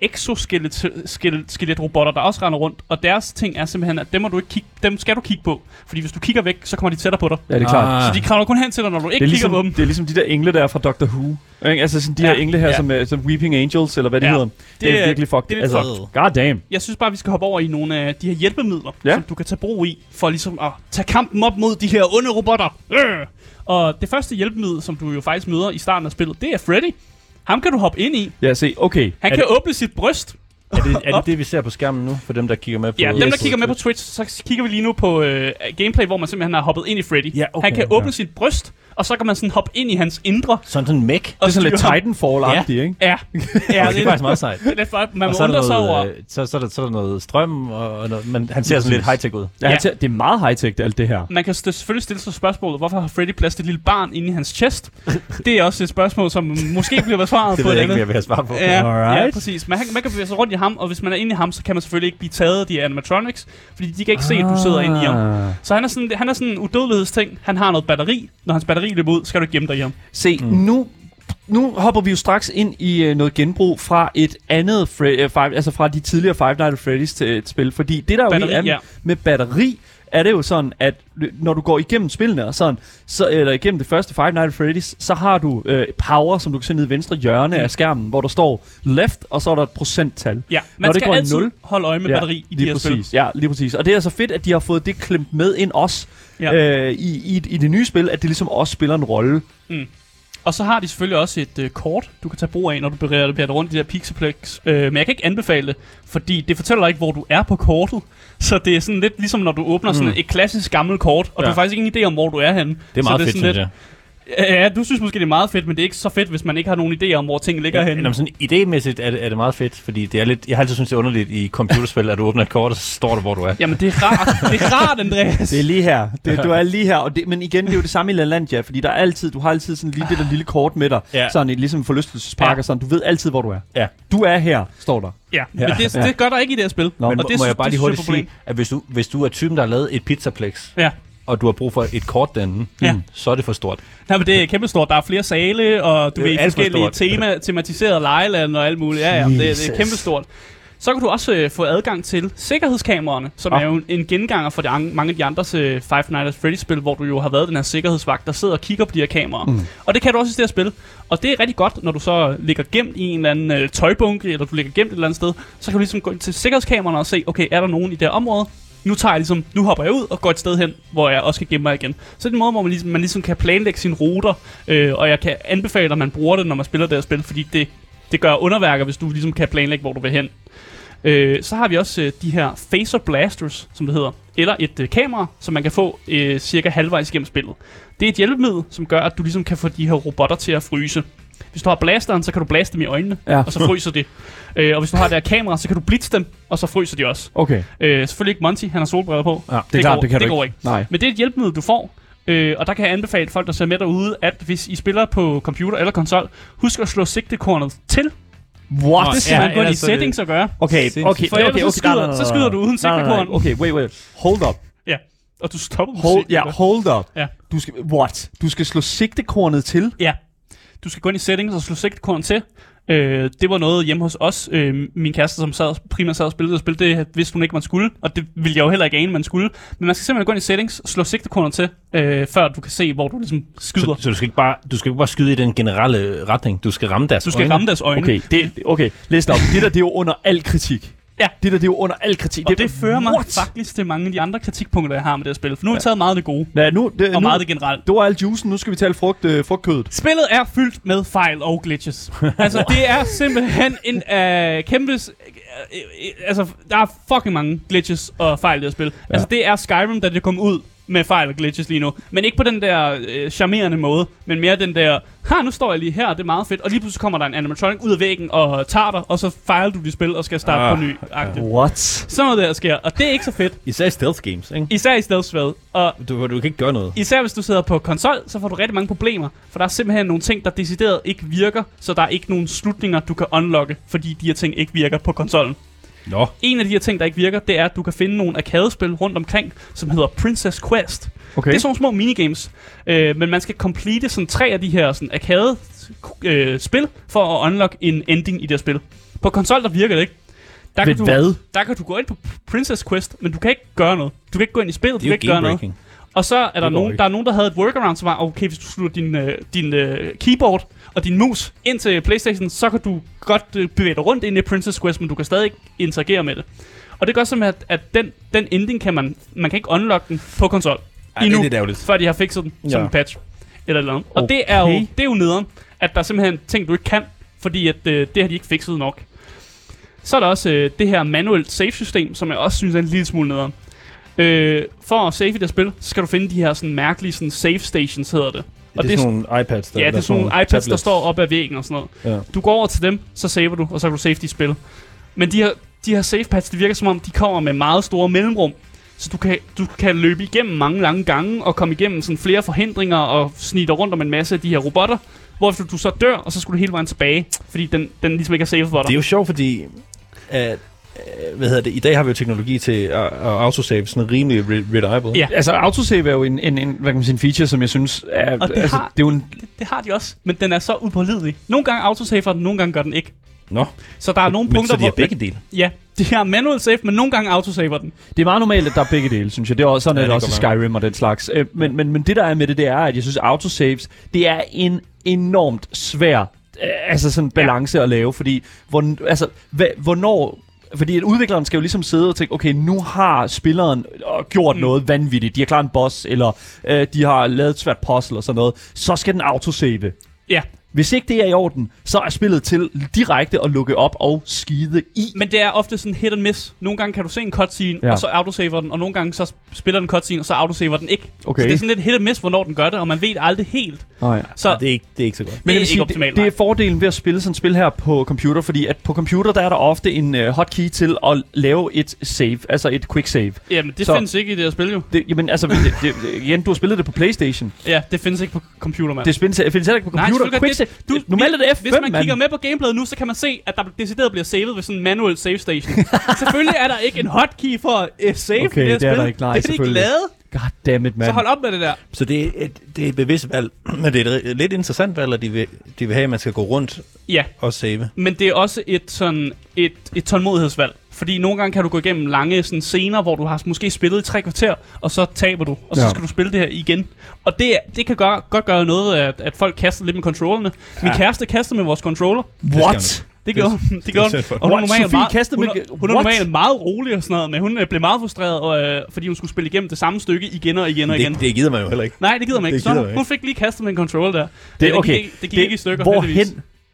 Speaker 2: exoskelet-robotter, der også render rundt. Og deres ting er simpelthen, at dem, må du ikke kigge, dem skal du kigge på. Fordi hvis du kigger væk, så kommer de tættere på dig.
Speaker 1: Ja, det er klart.
Speaker 3: Ah.
Speaker 2: Så de kravler kun hen til dig, når du ikke
Speaker 1: Det er,
Speaker 2: kigger
Speaker 1: ligesom,
Speaker 2: på dem.
Speaker 1: det er ligesom de der engle der fra Doctor Who. Ikke? Altså sådan de
Speaker 2: Ja,
Speaker 1: her engle her,
Speaker 2: ja.
Speaker 1: som, er, som Weeping Angels, eller hvad det
Speaker 2: Ja.
Speaker 1: hedder. Det, det er
Speaker 2: er-
Speaker 1: virkelig fucked.
Speaker 2: det er lidt
Speaker 1: altså, god damn.
Speaker 2: Jeg synes bare, vi skal hoppe over i nogle af de her hjælpemidler,
Speaker 1: Ja.
Speaker 2: som du kan tage brug i, for ligesom at tage kampen op mod de her onde robotter. Øh. Og det første hjælpemiddel, som du jo faktisk møder i starten af spillet, det er Freddy. Ham kan du hoppe ind i.
Speaker 1: Ja, se, okay.
Speaker 2: Han
Speaker 3: Er
Speaker 2: kan
Speaker 3: det-
Speaker 2: åbne sit bryst.
Speaker 3: Er det, er
Speaker 2: Op.
Speaker 3: det det, vi ser på skærmen nu, for dem, der kigger med på...
Speaker 2: Ja, dem der
Speaker 1: Yes.
Speaker 2: kigger med på Twitch, så kigger vi lige nu på øh, gameplay, hvor man simpelthen har hoppet ind i Freddy.
Speaker 3: Ja, okay,
Speaker 2: Han kan
Speaker 3: ja.
Speaker 2: åbne sit bryst, og så kan man sådan hoppe ind i hans indre.
Speaker 3: Sådan sådan en mech.
Speaker 1: Det er sådan lidt
Speaker 2: styre ham.
Speaker 1: Titanfall-agtigt, ikke?
Speaker 2: Ja, ja
Speaker 3: det er faktisk meget sejt.
Speaker 2: det er lidt flot. Man
Speaker 3: Og
Speaker 2: må
Speaker 3: så er, der
Speaker 2: undre sig over.
Speaker 3: noget, øh, så, så, er der, så er der noget strøm, og, og noget, men han ser sådan lidt high-tech ud.
Speaker 1: Ja,
Speaker 2: Ja.
Speaker 1: ja. Det er meget high-tech, alt det her.
Speaker 2: Man kan st- selvfølgelig stille sig spørgsmålet, hvorfor har Freddy plads til et lille barn inde i hans chest? Det er også et spørgsmål, som måske bliver besvaret
Speaker 3: Det
Speaker 2: på
Speaker 3: ved
Speaker 2: et
Speaker 3: jeg ikke,
Speaker 2: andet.
Speaker 3: hvad jeg vil have svar på.
Speaker 2: Ja, ja,
Speaker 1: Alright.
Speaker 2: præcis. Man, man kan bevæge sig rundt i ham, og hvis man er inde i ham, så kan man selvfølgelig ikke blive taget af de animatronics, fordi de kan ikke se, at du sidder inde i ham.
Speaker 1: Ah.
Speaker 2: Så han er sådan, han er sådan en udødelighedsting. Han har noget batteri. Når hans batteri løber ud, skal du ikke gemme dig i ham.
Speaker 1: Se, mm. nu, nu hopper vi jo straks ind i uh, noget genbrug fra et andet, Fre- uh, five, altså fra de tidligere Five Nights at Freddy's til et spil, fordi det der
Speaker 2: Batteri,
Speaker 1: jo er
Speaker 2: ja.
Speaker 1: med batteri, er det jo sådan, at når du går igennem spillene og sådan, så, eller igennem det første Five Nights at Freddy's, så har du øh, power, som du kan se nede i venstre hjørne
Speaker 2: Mm.
Speaker 1: af skærmen, hvor der står left, og så er der et procenttal.
Speaker 2: Ja,
Speaker 1: Når
Speaker 2: man
Speaker 1: det
Speaker 2: skal
Speaker 1: går i
Speaker 2: altid
Speaker 1: nul.
Speaker 2: holde øje med
Speaker 1: Ja,
Speaker 2: batteri i de
Speaker 1: lige
Speaker 2: her
Speaker 1: præcis.
Speaker 2: spil.
Speaker 1: Ja, lige præcis. Og det er så fedt, at de har fået det klemt med ind også
Speaker 2: Ja.
Speaker 1: øh, i, i, i det nye spil, at det ligesom også spiller en rolle.
Speaker 2: Og så har de selvfølgelig også et øh, kort, du kan tage brug af, når du bevæger dig rundt i de der Pixelplex. Øh, men jeg kan ikke anbefale det, fordi det fortæller dig ikke, hvor du er på kortet. Så det er sådan lidt ligesom, når du åbner sådan et klassisk gammelt kort, og
Speaker 3: Ja.
Speaker 2: du har faktisk ingen idé om, hvor du er henne.
Speaker 3: Det er meget
Speaker 2: så
Speaker 3: fedt,
Speaker 2: sådan
Speaker 3: synes jeg.
Speaker 2: Ja, du synes måske, det er meget fedt, men det er ikke så fedt, hvis man ikke har nogen idé om, hvor ting ligger
Speaker 3: Ja,
Speaker 2: henne.
Speaker 3: jamen sådan, idémæssigt er det, er det meget fedt, fordi det er lidt, jeg har altid syntes, det er underligt i computerspil, at du åbner et kort, og så står der, hvor du er.
Speaker 2: Jamen, det er rart. Det er rart, Andreas.
Speaker 1: Det er lige her. Det, du er lige her. Og det, men igen, det er jo det samme i LaLandia, fordi der er altid, du har altid sådan lige det der lille kort med dig.
Speaker 3: Ja.
Speaker 1: Sådan et ligesom forlystelsespark
Speaker 2: Ja.
Speaker 1: og sådan. Du ved altid, hvor du er.
Speaker 3: Ja.
Speaker 1: Du er her, står der.
Speaker 2: Ja, men
Speaker 3: Ja.
Speaker 2: det, det gør der ikke i det her spil.
Speaker 1: Nå.
Speaker 3: Men
Speaker 2: og
Speaker 3: må,
Speaker 2: det
Speaker 3: må
Speaker 2: synes-
Speaker 3: jeg bare
Speaker 2: det
Speaker 3: lige
Speaker 2: synes
Speaker 3: hurtigt
Speaker 2: jeg er et
Speaker 3: sige, at hvis du, hvis du er typen, der har lavet et pizzaplex,
Speaker 2: Ja.
Speaker 3: og du har brug for et kort derinde,
Speaker 2: Ja.
Speaker 3: mm, så er det for stort.
Speaker 2: Nej, men det er kæmpestort. Der er flere sale, og du
Speaker 3: Det er
Speaker 2: ved,
Speaker 3: alt for
Speaker 2: forskellige
Speaker 3: stort.
Speaker 2: tema, tematiserede lejelande og alt muligt. Ja, ja, det, det er
Speaker 1: Jesus.
Speaker 2: kæmpestort. Så kan du også øh, få adgang til sikkerhedskameraerne, som
Speaker 1: Ah.
Speaker 2: er jo en, en genganger for de an- mange af de andres øh, Five Nights at Freddy's-spil, hvor du jo har været den her sikkerhedsvagt, der sidder og kigger på de her kameraer. Mm. Og det kan du også i det her spil. Og det er rigtig godt, når du så ligger gemt i en eller anden øh, tøjbunke, eller du ligger gemt et eller andet sted, så kan du ligesom gå ind til sikkerhedskameraerne og se, okay, er der nogen i det her område? Nu tager jeg ligesom, nu hopper jeg ud og går et sted hen, hvor jeg også kan gemme mig igen. Så det er en måde, hvor man ligesom, man ligesom kan planlægge sine ruter, øh, og jeg kan anbefale, at man bruger det, når man spiller det her spil, fordi det det gør underværker, hvis du ligesom kan planlægge, hvor du vil hen. Øh, så har vi også øh, de her phaser blasters, som det hedder, eller et øh, kamera, som man kan få øh, cirka halvvejs gennem spillet. Det er et hjælpemiddel, som gør, at du ligesom kan få de her robotter til at fryse. Hvis du har blasteren, så kan du blaste dem i øjnene, ja. og så fryser de. Øh, og hvis du har det her kamera, så kan du blitse dem, og så fryser de også.
Speaker 1: Okay.
Speaker 2: Øh, selvfølgelig ikke Monty, han har solbriller på.
Speaker 1: Ja, det, det, klart,
Speaker 2: går,
Speaker 1: det kan
Speaker 2: det
Speaker 1: du
Speaker 2: går
Speaker 1: ikke.
Speaker 2: ikke.
Speaker 1: Nej.
Speaker 2: Men det er et hjælpemiddel, du får. Øh, og der kan jeg anbefale folk, der ser med derude, at hvis I spiller på computer eller konsol, husk at slå sigtekornet til.
Speaker 1: What?
Speaker 2: Det skal ja, man gå i settings og gøre.
Speaker 1: Okay, okay, okay.
Speaker 2: For ellers
Speaker 1: okay, okay,
Speaker 2: så, skyder,
Speaker 1: nej, nej, nej,
Speaker 2: så skyder du uden sigtekorn.
Speaker 1: Okay, wait, wait. Hold up.
Speaker 2: Ja, og du stopper
Speaker 1: hold,
Speaker 2: musikken.
Speaker 1: ja, hold up.
Speaker 2: Ja.
Speaker 1: Du skal, what? Du skal slå sigtekornet til?
Speaker 2: Ja. Du skal gå ind i settings og slå sigtekornet til. Øh, det var noget hjemme hos os. Øh, min kæreste, som sad, primært sad og spillede, og spillede det, vidste hun ikke, man skulle. Og det ville jeg jo heller ikke ane, man skulle. Men man skal simpelthen gå ind i settings, slå sigtekornet til, øh, før du kan se, hvor du ligesom skyder.
Speaker 3: Så, så du skal ikke bare, du skal ikke bare skyde i den generelle retning. Du skal ramme deres
Speaker 2: Du skal
Speaker 3: øjne.
Speaker 2: ramme deres øjne.
Speaker 1: Okay, det, okay. Læs op. Det der, det er jo under al kritik.
Speaker 2: Ja.
Speaker 1: Det der, det er jo under al kritik.
Speaker 2: Og det,
Speaker 1: det
Speaker 2: fører mig
Speaker 1: what?
Speaker 2: faktisk til mange af de andre kritikpunkter, jeg har med det her spil. For nu har vi taget meget af det gode,
Speaker 1: Ja, nu, det,
Speaker 2: og
Speaker 1: nu,
Speaker 2: meget af det generelt.
Speaker 1: det var al juicen, nu skal vi tale frugt, øh, frugtkødet.
Speaker 2: Spillet er fyldt med fejl og glitches. Altså, det er simpelthen en uh, kæmpe... Uh, uh, altså, der er fucking mange glitches og fejl i det her spil. Ja. Altså, det er Skyrim, da det kom ud med fejl og glitches lige nu. Men ikke på den der øh, charmerende måde, men mere den der, ha, nu står jeg lige her, det er meget fedt. Og lige pludselig kommer der en animatronic ud af væggen og tager dig, og så fejler du dit spil og skal starte ah, på ny. Ja.
Speaker 1: What?
Speaker 2: Sådan noget der sker, og det er ikke så fedt.
Speaker 3: Især i stealth games, ikke?
Speaker 2: Især i stealth-spil. Og
Speaker 3: Du, du kan ikke gøre noget.
Speaker 2: især hvis du sidder på konsol, så får du rigtig mange problemer. For der er simpelthen nogle ting, der decideret ikke virker, så der er ikke nogen slutninger, du kan unlocke, fordi de her ting ikke virker på konsollen.
Speaker 3: Nå.
Speaker 2: En af de her ting, der ikke virker, det er, at du kan finde nogle arkadespil rundt omkring, som hedder Princess Quest.
Speaker 1: Okay.
Speaker 2: Det er sådan nogle små minigames, øh, men man skal complete sådan tre af de her sådan arcade-spil, øh, for at unlock en ending i det spil. På konsol, der virker det ikke. Der
Speaker 1: Ved
Speaker 2: kan, du,
Speaker 1: hvad?
Speaker 2: der kan du gå ind på Princess Quest, men du kan ikke gøre noget. Du kan ikke gå ind i spillet, du
Speaker 3: Det er
Speaker 2: kan
Speaker 3: jo
Speaker 2: ikke gøre noget.
Speaker 3: game-breaking.
Speaker 2: Og så er der
Speaker 3: går
Speaker 2: nogen,
Speaker 3: ikke.
Speaker 2: der er nogen, der havde et workaround, som var, okay, hvis du slutter din, øh, din øh, keyboard og din mus ind til PlayStation, så kan du godt øh, bevæge dig rundt ind i Princess Quest, men du kan stadig ikke interagere med det. Og det gør simpelthen, at, at den, den ending kan man, man kan ikke unlock den på konsol.
Speaker 3: Ej, det er lidt ærgerligt.
Speaker 2: Før de har fikset den som
Speaker 1: Ja.
Speaker 2: en patch. Eller eller andet. Og
Speaker 1: Okay.
Speaker 2: det er jo, det er jo nederen, at der er simpelthen ting, du ikke kan, fordi at, øh, det har de ikke fikset nok. Så er der også øh, det her manuelt save-system, som jeg også synes er en lille smule nederen. Øh, for at save i det spil, så skal du finde de her sådan mærkelige sådan save stations, hedder det.
Speaker 3: Og det er sådan nogle iPads, der
Speaker 2: Ja, det er sådan nogle iPads,
Speaker 3: tablets.
Speaker 2: der står op ad væggen og sådan noget.
Speaker 3: Ja.
Speaker 2: Du går over til dem, så saver du, og så kan du save de spil. Men de her, de her save pads, det virker som om, de kommer med meget store mellemrum. Så du kan, du kan løbe igennem mange lange gange, og komme igennem sådan flere forhindringer, og snige dig rundt om en masse af de her robotter. Hvorfor du så dør, og så skulle du hele vejen tilbage, fordi den, den ligesom ikke er safe for dig.
Speaker 3: Det er jo sjovt, fordi at, øh, hvad hedder det, i dag har vi jo teknologi til at, at autosave sådan rimelig re- reliable.
Speaker 2: Ja.
Speaker 1: Altså, autosave er jo en, en, en, hvad kan man sige, en feature, som jeg synes er...
Speaker 2: Og det
Speaker 1: altså,
Speaker 2: har-
Speaker 1: det er jo en,
Speaker 2: Det, det har de også, men den er så upålidelig. Nogle gange autosafer den, nogle gange gør den ikke.
Speaker 3: Nå,
Speaker 2: Så der er nogle
Speaker 3: men
Speaker 2: punkter,
Speaker 3: så de har
Speaker 2: hvor...
Speaker 3: begge dele.
Speaker 2: Ja, de har manual save, men nogle gange autosaver den.
Speaker 1: det er meget normalt, at der er begge dele, synes jeg. Det er også, sådan
Speaker 3: Ja,
Speaker 1: er det
Speaker 3: det
Speaker 1: også i
Speaker 3: kan
Speaker 1: Skyrim og den slags. Øh, men, men, men det, der er med det, det er, at jeg synes, autosaves, det er en enormt svær øh, altså sådan balance ja. at lave, fordi hvor, altså, hvad, hvornår... Fordi at udvikleren skal jo ligesom sidde og tænke, okay, nu har spilleren øh, gjort mm. noget vanvittigt. De har klaret en boss, eller øh, de har lavet et svært puzzle og sådan noget. Så skal den autosave.
Speaker 2: Ja,
Speaker 1: Hvis ikke det er i orden, så er spillet til direkte at lukke op og skide i.
Speaker 2: men det er ofte sådan hit and miss. Nogle gange kan du se en cutscene,
Speaker 1: Ja.
Speaker 2: ja. og så autosaver den, og nogle gange så spiller den cutscene, og så autosaver den ikke.
Speaker 1: Okay.
Speaker 2: Så det er sådan lidt hit and miss, hvornår den gør det, og man ved aldrig helt.
Speaker 1: Nej.
Speaker 2: Så
Speaker 3: Ja, det, er ikke, det er ikke så godt.
Speaker 2: det
Speaker 1: Men
Speaker 2: er
Speaker 1: jeg vil
Speaker 2: ikke
Speaker 1: sige,
Speaker 2: optimalt.
Speaker 1: det, det er fordelen ved at spille sådan et spil her på computer, fordi at på computer, der er der ofte en uh, hotkey til at lave et save, altså et quick save.
Speaker 2: Jamen, det
Speaker 1: så-
Speaker 2: findes ikke i det her spil jo.
Speaker 1: Det, jamen altså, det, det, igen, du har spillet det på PlayStation.
Speaker 2: Ja, det findes ikke på computer, mand.
Speaker 1: Det findes, findes heller ikke på
Speaker 2: Nej,
Speaker 1: computer.
Speaker 2: selvfølgelig
Speaker 1: Quick save.
Speaker 2: det- du-
Speaker 1: Normalt er det F fem,
Speaker 2: Hvis man
Speaker 1: mand.
Speaker 2: kigger med på gameplayet nu, så kan man se, at der decideret bliver savet ved sådan en manual save station. Selvfølgelig er der ikke en hotkey for at save
Speaker 1: Okay,
Speaker 2: i det her
Speaker 1: det er
Speaker 2: spil.
Speaker 1: der ikke. Nej,
Speaker 2: det er de ikke
Speaker 1: selvfølgelig.
Speaker 2: lavet.
Speaker 1: God damn it, man.
Speaker 2: Så hold op med det der.
Speaker 3: Så det er et, det er et bevidst valg, men det er et lidt interessant valg, at de vil, de vil have, at man skal gå rundt
Speaker 2: Ja,
Speaker 3: og save.
Speaker 2: men det er også et sådan et, et tålmodighedsvalg. Fordi nogle gange kan du gå igennem lange sådan, scener, hvor du har måske spillet i tre kvarter, og så taber du, og så
Speaker 1: Ja.
Speaker 2: skal du spille det her igen. Og det, det kan gøre, godt gøre noget, at, at folk kaster lidt med controllerne. Min kæreste kaster med vores controller.
Speaker 1: What?
Speaker 2: Det gjorde hun. Det gjorde hun.
Speaker 3: synd for
Speaker 2: Og hun er
Speaker 1: What?
Speaker 2: normalt
Speaker 1: Sofie
Speaker 2: meget,
Speaker 1: kastede
Speaker 2: hun,
Speaker 1: med-
Speaker 2: er, hun er
Speaker 1: What?
Speaker 2: normalt meget rolig og sådan noget, men hun øh, blev meget frustreret, og, øh, fordi hun skulle spille igennem det samme stykke igen og igen og igen.
Speaker 3: Det, det gider man jo heller ikke.
Speaker 2: Nej, det gider man ikke.
Speaker 3: Det
Speaker 2: Så
Speaker 3: gider
Speaker 2: hun,
Speaker 3: man
Speaker 2: hun
Speaker 3: ikke.
Speaker 2: fik lige kastet med en controller der.
Speaker 1: Det,
Speaker 2: Øh,
Speaker 1: okay.
Speaker 2: gik, ikke- det gik ikke i stykker.
Speaker 1: Hvorhen,
Speaker 2: heldigvis.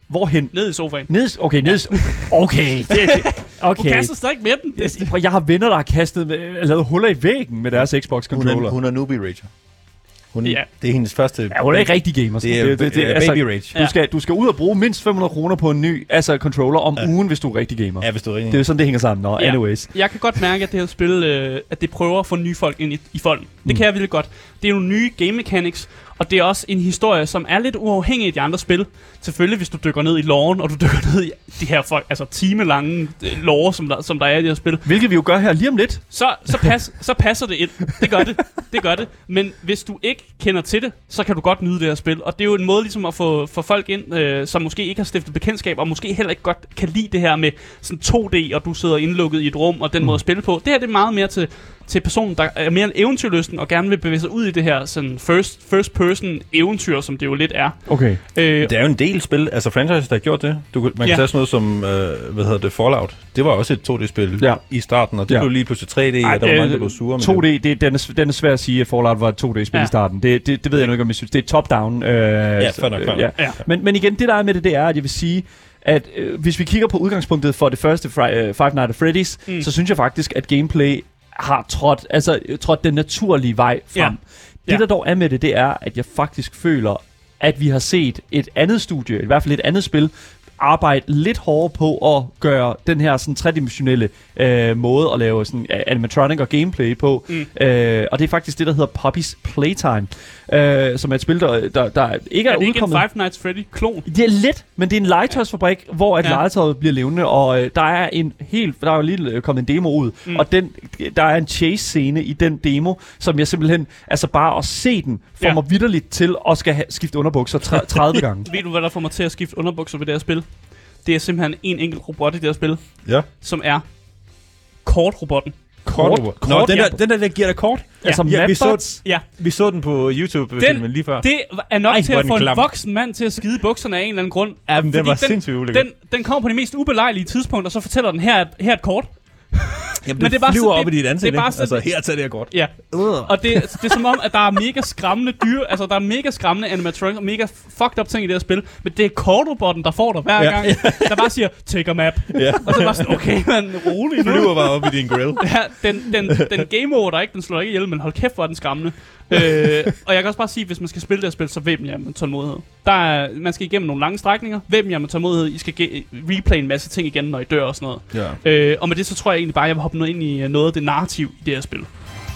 Speaker 1: Hvorhen?
Speaker 2: Ned i sofaen.
Speaker 1: Ned, okay, ned. Okay. Det, det, okay.
Speaker 2: Du kaster stadig med den.
Speaker 1: Det, jeg har venner, der har kastet med, lavet huller i væggen med deres Xbox-controller.
Speaker 3: Hun er, hun er newbie rager. Hun,
Speaker 2: ja.
Speaker 3: Det er hendes første...
Speaker 1: Ja, hun er ikke rigtig gamer.
Speaker 3: Det er, det, det, det er
Speaker 1: altså,
Speaker 3: baby rage.
Speaker 1: Du skal, du skal ud og bruge mindst fem hundrede kroner på en ny altså controller om ja. ugen, hvis du er rigtig gamer.
Speaker 3: Ja, hvis du er rigtig.
Speaker 1: Det er jo sådan, det hænger sammen. Nå,
Speaker 2: ja.
Speaker 1: anyways.
Speaker 2: Jeg kan godt mærke, at det her spil, øh, at det prøver at få nye folk ind i, i folden. Det mm. kan jeg virkelig godt. Det er nogle nye game mechanics, og det er også en historie, som er lidt uafhængig af de andre spil. Selvfølgelig, hvis du dykker ned i loven, og du dykker ned i de her folk, altså timelange lore, som der, som der er i det her spil.
Speaker 1: Hvilket vi jo gør her lige om lidt.
Speaker 2: Så, så, pas, så passer det ind. Det gør det. Det gør det. Men hvis du ikke kender til det, så kan du godt nyde det her spil. Og det er jo en måde ligesom at få, få folk ind, øh, som måske ikke har stiftet bekendtskab, og måske heller ikke godt kan lide det her med sådan to D, og du sidder indlukket i et rum, og den mm. måde at spille på. Det her det er meget mere til... til personen, der er mere en eventyrlysten og gerne vil bevæge sig ud i det her sådan first, first person eventyr, som det jo lidt er.
Speaker 1: Okay.
Speaker 3: Øh, det er jo en del spil, altså franchise, der har gjort det. Du, man kan ja. tage sådan noget som, øh, hvad hedder det, Fallout. Det var også et to D-spil ja. i starten, og det ja. blev lige pludselig tre D, Ej, og der var øh, mange, der blev sure.
Speaker 1: to D, det, den, er, den er svær at sige, at Fallout var et to D-spil ja. i starten. Det, det, det ved jeg nu ikke, om jeg synes. Det er top-down. Øh,
Speaker 3: ja, fair nok, fair nok.
Speaker 1: Ja. Ja. Men, men igen, det der er med det, det er, at jeg vil sige, at øh, hvis vi kigger på udgangspunktet for det første Fri- uh, Five Nights at Freddy's, mm. så synes jeg faktisk, at gameplay har trådt, altså, trådt den naturlige vej frem. Ja. Det, ja. der dog er med det, det er, at jeg faktisk føler, at vi har set et andet studie, i hvert fald et andet spil, arbejde lidt hårdere på at gøre den her sådan tredimensionelle øh, måde at lave sådan uh, animatronic og gameplay på. Mm. Øh, og det er faktisk det, der hedder Poppy's Playtime, øh, som er et spil, der, der, der ikke er,
Speaker 2: er det
Speaker 1: udkommet.
Speaker 2: Ikke en Five Nights Freddy-klon?
Speaker 1: Det er lidt, men det er en legetøjsfabrik, hvor at ja. legetøjet bliver levende, og øh, der er en helt, der er jo lige øh, kommet en demo ud, mm. og den, der er en chase-scene i den demo, som jeg simpelthen, altså bare at se den, får ja. mig vitterligt til at skal have, skifte underbukser tredive gange.
Speaker 2: Ved du, hvad der får mig til at skifte underbukser ved det her spil? Det er simpelthen en enkelt robot i det her spil,
Speaker 3: ja.
Speaker 2: som er kortrobotten.
Speaker 3: Kort? Kort? Nå, den der, den der, der giver dig kort?
Speaker 1: Ja. Altså
Speaker 3: ja, vi, så,
Speaker 2: ja.
Speaker 3: vi så den på YouTube-filmen lige før.
Speaker 2: Det er nok
Speaker 3: Ej,
Speaker 2: til at få en
Speaker 3: klam.
Speaker 2: voksen mand til at skide bukserne af en eller anden grund.
Speaker 3: Ja, men den var sindssygt ulækker.
Speaker 2: Den, den kommer på de mest ubelejlige tidspunkter, og så fortæller den, her, her er et kort.
Speaker 3: Jamen, det, det flyver så, op det, i dit ansigt.
Speaker 2: Det er bare så,
Speaker 3: altså, her tager det her kort.
Speaker 2: Ja. Uh. Og det, det er som om, at der er mega skræmmende dyr, altså der er mega skræmmende animatronics og mega fucked up ting i det her spil, men det er kortrobotten, der får dig hver ja. gang, der bare siger, take a map. Ja. Og så er bare sådan, okay, man, rolig nu.
Speaker 3: Flyver bare op i din grill.
Speaker 2: Ja, den, den, den game over der ikke, den slår ikke ihjel, men hold kæft, hvor er den skræmmende. øh, og jeg kan også bare sige, hvis man skal spille det her spil, så væbn jer med tålmodighed. Der er, man skal igennem nogle lange strækninger, væbn jer med tålmodighed, I skal ge- replay en masse ting igen, når I dør og sådan noget. Ja. Øh, og med det, så tror jeg egentlig bare, at jeg vil hoppe noget ind i noget af det narrativ i det her spil.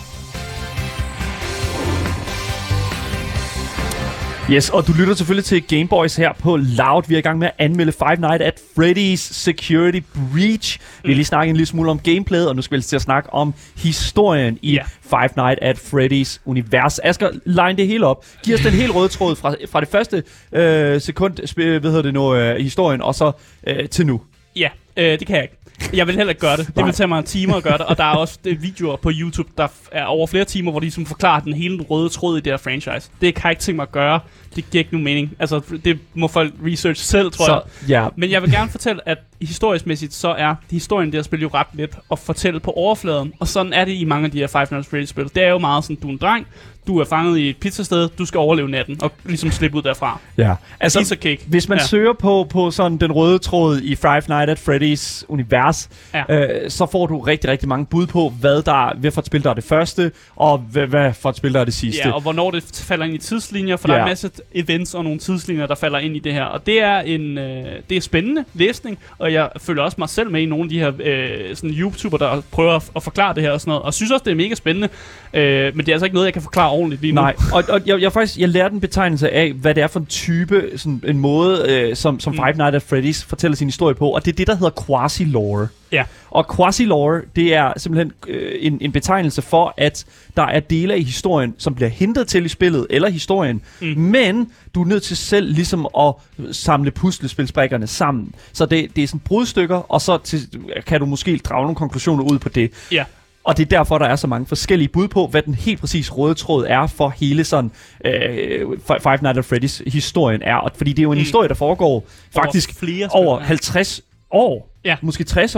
Speaker 1: Yes, og du lytter selvfølgelig til Game Boys her på Loud. Vi er i gang med at anmelde Five Nights at Freddy's Security Breach. Mm. Vi har lige snakket en lille smule om gameplayet, og nu skal vi til at snakke om historien i yeah. Five Nights at Freddy's univers. Asger, line det hele op. Giv os den helt røde tråd fra, fra det første øh, sekund, hvad hedder det nu, øh, historien, og så øh, til nu.
Speaker 2: Ja, øh, det kan jeg ikke. Jeg vil heller ikke gøre det. Det vil tage mig en time at gøre det, og der er også videoer på YouTube, der er over flere timer, hvor de ligesom forklarer den hele røde tråd i det her franchise. Det kan jeg ikke tænke mig at gøre. Det giver ikke nogen mening. Altså, det må folk research selv, tror så, jeg.
Speaker 1: Yeah.
Speaker 2: Men jeg vil gerne fortælle, at historisk mæssigt, så er historien der spil jo ret let at fortælle på overfladen. Og sådan er det i mange af de her Five Nights at Freddy's spil. Det er jo meget sådan, du er en dreng, du er fanget i et pizzasted, du skal overleve natten, og ligesom slippe ud derfra.
Speaker 1: Ja, altså,
Speaker 2: Pizza cake.
Speaker 1: Hvis man ja. søger på, på sådan den røde tråd i Five Nights at Freddy's univers, ja. øh, så får du rigtig, rigtig mange bud på, hvad der, hvad for et spil, der er det første, og hvad, hvad for et spil, der er det sidste.
Speaker 2: Ja, og hvornår det falder ind i tidslinjer, for ja. der er en masse events og nogle tidslinjer, der falder ind i det her. Og det er en øh, det er spændende læsning, og jeg følger også mig selv med i nogle af de her øh, sådan YouTuber, der prøver at, at forklare det her og sådan noget, og synes også, det er mega spændende, øh, men det er altså ikke noget, jeg kan forklare ordentligt lige nu.
Speaker 1: Nej, og, og jeg, jeg faktisk jeg lærte en betegnelse af, hvad det er for en type, sådan en måde, øh, som, som mm. Five Nights at Freddy's fortæller sin historie på, og det er det, der hedder quasi-lore. Ja. Og quasi-lore, det er simpelthen øh, en, en betegnelse for, at der er dele af historien, som bliver hentet til i spillet, eller historien, mm. men du er nødt til selv ligesom at samle puslespilsbrikkerne sammen. Så det, det er sådan brudstykker, og så til, kan du måske drage nogle konklusioner ud på det. Ja. Og det er derfor, der er så mange forskellige bud på, hvad den helt præcis røde tråd er for hele sådan øh, Five Nights at Freddy's historien er. Og fordi det er jo en mm. historie, der foregår faktisk
Speaker 2: over, flere
Speaker 1: over halvtreds år.
Speaker 2: Ja.
Speaker 1: Måske tres år.